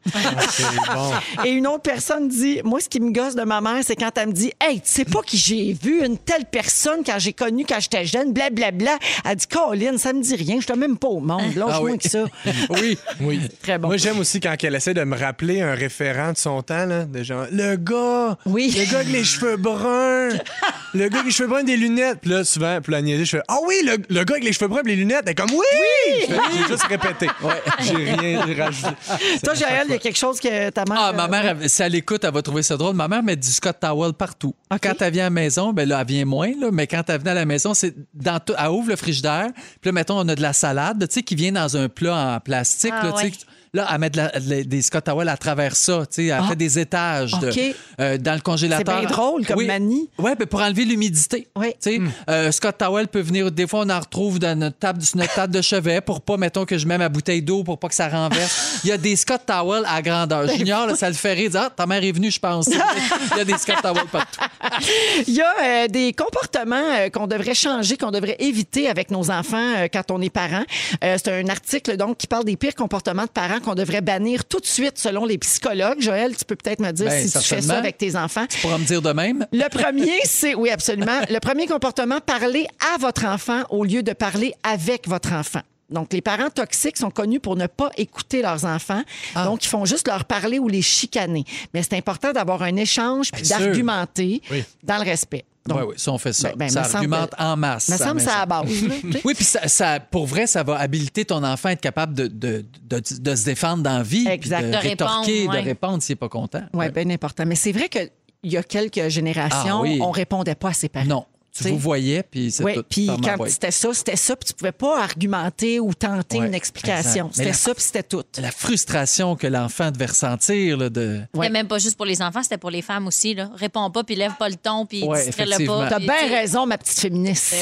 Speaker 3: Bon. Et une autre personne dit, moi, ce qui me gosse de ma mère, c'est quand elle me dit, hey, tu sais pas qui j'ai vu, une telle personne quand j'ai connu quand j'étais jeune, blablabla. Elle dit, Colin, ça me dit rien, je suis même pas au monde. Lâche-moi que ça.
Speaker 6: Oui.
Speaker 3: Très bon.
Speaker 6: Moi, j'aime aussi quand elle essaie de me rappeler un référent de son temps, là, de genre, le gars avec les cheveux bruns, le gars avec les cheveux bruns et des lunettes. Puis là, souvent, pour la niaiser, je fais, ah oui, le gars avec les cheveux bruns et les lunettes. Elle est comme, oui! J'ai juste répété. J'ai rien rajouté.
Speaker 3: Toi, Joël, il y a quelque chose que ta mère...
Speaker 4: ma mère, si elle écoute, elle va trouver ça drôle. Ma mère met du Scott Towel partout. Okay. Quand elle vient à la maison, ben là, elle vient moins, là, mais quand elle venait à la maison, c'est dans tout. Elle ouvre le frigidaire, puis là, mettons, on a de la salade, tu sais, qui vient dans un plat en plastique, là, tu sais. Là, elle met des Scott Towel à travers ça. Elle fait des étages dans le congélateur.
Speaker 3: C'est bien drôle comme manie.
Speaker 4: Oui, pour enlever l'humidité. Oui. Scott Towel peut venir... Des fois, on en retrouve dans notre table de chevet pour pas, mettons, que je mets ma bouteille d'eau pour pas que ça renverse. Il y a des Scott Towel à grandeur. Junior, là, ça le fait rire. Ta mère est venue, je pense. Il y a des Scott Towel partout.
Speaker 3: Il y a des comportements qu'on devrait changer, qu'on devrait éviter avec nos enfants quand on est parent. C'est un article donc qui parle des pires comportements de parents qu'on devrait bannir tout de suite selon les psychologues. Joël, tu peux peut-être me dire si tu fais ça avec tes enfants.
Speaker 4: Tu pourras me dire de même.
Speaker 3: Le premier, c'est... Oui, absolument. Le premier comportement, parler à votre enfant au lieu de parler avec votre enfant. Donc, les parents toxiques sont connus pour ne pas écouter leurs enfants. Donc, ils font juste leur parler ou les chicaner. Mais c'est important d'avoir un échange puis d'argumenter dans le respect.
Speaker 4: Oui, ça, on fait ça. Ça argumente en masse.
Speaker 3: Ça me semble que c'est à la base.
Speaker 4: Oui, puis ça, pour vrai, ça va habiliter ton enfant à être capable de se défendre dans la vie.
Speaker 3: Exact.
Speaker 4: De rétorquer, de répondre s'il n'est pas content.
Speaker 3: Oui, bien important. Mais c'est vrai qu'il y a quelques générations, on ne répondait pas à ses parents.
Speaker 4: Non. Tu vous voyais, puis c'est tout.
Speaker 3: Puis quand c'était ça, puis tu pouvais pas argumenter ou tenter une explication. C'était ça, puis c'était tout.
Speaker 4: La frustration que l'enfant devait ressentir. Là,
Speaker 5: C'était même pas juste pour les enfants, c'était pour les femmes aussi. Là. Réponds pas, puis lève pas le ton, puis distrais-le pas.
Speaker 3: T'as bien raison, ma petite féministe.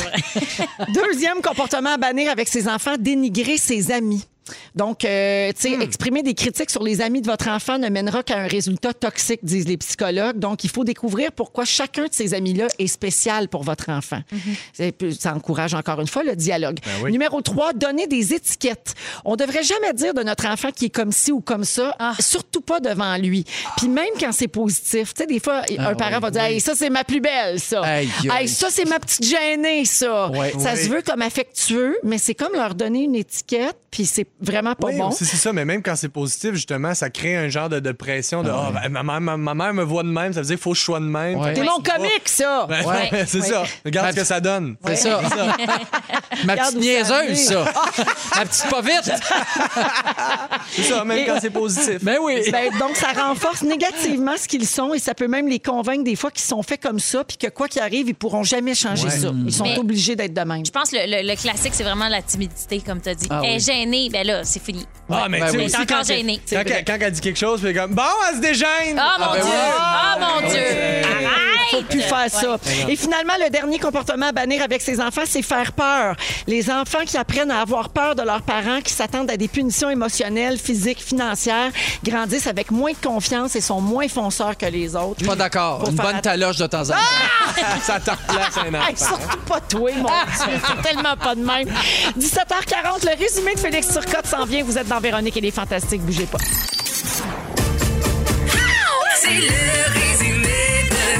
Speaker 3: Deuxième comportement à bannir avec ses enfants, dénigrer ses amis. Donc, exprimer des critiques sur les amis de votre enfant ne mènera qu'à un résultat toxique, disent les psychologues. Donc, il faut découvrir pourquoi chacun de ces amis-là est spécial pour votre enfant. Ça encourage encore une fois le dialogue. Numéro 3, donner des étiquettes. On ne devrait jamais dire de notre enfant qui est comme ci ou comme ça, surtout pas devant lui. Puis même quand c'est positif. Tu sais, des fois, un parent va dire « Hey, ça, c'est ma plus belle, ça. Hey, ça, c'est ma petite gênée, ça. » Ça se veut comme affectueux, mais c'est comme leur donner une étiquette, puis c'est vraiment pas bon.
Speaker 6: C'est ça, mais même quand c'est positif, justement, ça crée un genre de pression de ma mère me voit de même, ça veut dire qu'il faut que je sois de même.
Speaker 3: C'est mon comique, ça!
Speaker 6: C'est ça. Regarde ce que ça donne.
Speaker 4: C'est ça. Ma petite niaiseuse, ça. Ma petite pas vite.
Speaker 6: C'est ça, même quand c'est positif.
Speaker 4: Ben oui.
Speaker 3: Donc, ça renforce négativement ce qu'ils sont et ça peut même les convaincre des fois qu'ils sont faits comme ça puis que quoi qu'il arrive, ils pourront jamais changer ça. Ils sont obligés d'être de même.
Speaker 5: Je pense que le classique, c'est vraiment la timidité, comme tu as dit. Elle est gênée, ben là, c'est fini.
Speaker 6: Mais tu sais,
Speaker 5: encore gênée.
Speaker 6: Quand elle dit quelque chose, puis elle est comme, bon, elle se dégêne.
Speaker 5: Mon Dieu!
Speaker 3: Il faut plus faire ça. Et finalement, le dernier comportement à bannir avec ses enfants, c'est faire peur. Les enfants qui apprennent à avoir peur de leurs parents, qui s'attendent à des punitions émotionnelles, physiques, financières, grandissent avec moins de confiance et sont moins fonceurs que les autres.
Speaker 4: Je suis pas d'accord. Une bonne taloche de temps en temps.
Speaker 6: Ça te replace un enfant.
Speaker 3: Surtout pas toi, mon Dieu. C'est tellement pas de même. 17h40, le résumé de Félix Turcotte s'en vient. Vous êtes dans Véronique et les Fantastiques. Bougez pas.
Speaker 8: C'est le résumé de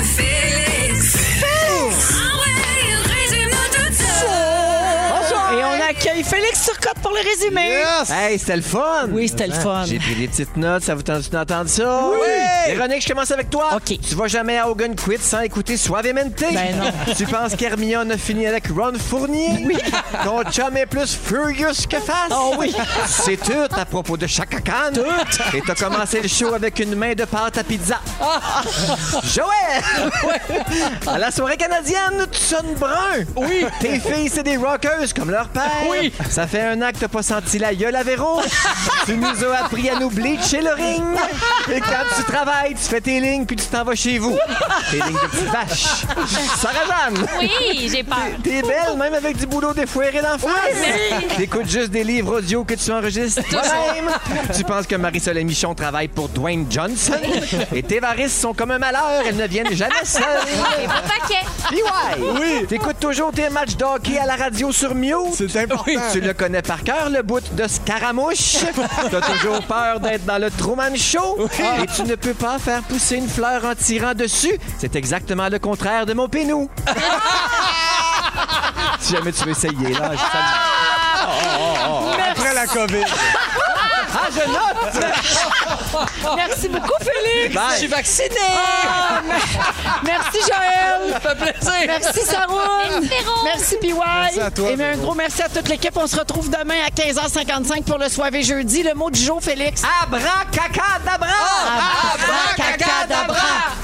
Speaker 8: Félix.
Speaker 3: Et on accueille c'est Félix Turcotte pour le résumé.
Speaker 6: Yes!
Speaker 9: Hey, c'était le fun!
Speaker 3: Oui, c'était le fun.
Speaker 9: J'ai pris des petites notes, ça vous tente d'entendre ça?
Speaker 3: Oui!
Speaker 9: Véronique, je commence avec toi.
Speaker 3: OK.
Speaker 9: Tu vas jamais à Hogan Quit sans écouter Suavemente?
Speaker 3: Ben non.
Speaker 9: Tu penses qu'Hermione a fini avec Ron Fournier? Oui. Ton chum est plus furious que face?
Speaker 3: Oh oui.
Speaker 9: C'est tout à propos de Chaka Khan. Tout. Et t'as commencé le show avec une main de pâte à pizza. Joël! À la soirée canadienne, tu sonnes brun.
Speaker 3: Oui.
Speaker 9: Tes filles, c'est des rockeuses comme leur père.
Speaker 3: Oui.
Speaker 9: Ça fait un an que t'as pas senti la gueule à Véro. Tu nous as appris à nous bleacher le ring. Et quand tu travailles, tu fais tes lignes puis tu t'en vas chez vous. Tes lignes de petite vache. Sarah-Jeanne.
Speaker 5: Oui, j'ai peur.
Speaker 9: T'es belle, même avec du boulot défoiré d'en face. T'écoutes juste des livres audio que tu enregistres toi-même. Tu penses que Marie-Soleil Michon travaille pour Dwayne Johnson. Et tes varices sont comme un malheur, elles ne viennent jamais seules.
Speaker 5: Et pas paquet.
Speaker 9: PY. Oui. T'écoutes toujours tes matchs de hockey à la radio sur Mute.
Speaker 6: C'est important.
Speaker 9: Tu le connais par cœur, le bout de Scaramouche. T'as toujours peur d'être dans le Truman Show. Et tu ne peux pas faire pousser une fleur en tirant dessus. C'est exactement le contraire de mon pénou. Si jamais tu veux essayer, là, je
Speaker 6: Après la COVID.
Speaker 9: Ah, je note!
Speaker 3: Merci beaucoup, Félix.
Speaker 9: Bye.
Speaker 4: Je suis vacciné!
Speaker 3: Merci, Joël.
Speaker 4: Ça fait plaisir!
Speaker 3: Merci, Saroune.
Speaker 5: Merci, Véro.
Speaker 3: Merci, PY.
Speaker 6: Merci à toi,
Speaker 3: Et bien, un
Speaker 6: Véro.
Speaker 3: gros merci à toute l'équipe. On se retrouve demain à 15h55 pour le Soirée jeudi. Le mot du jour, Félix.
Speaker 9: Abracacadabra!
Speaker 3: Abracadabra.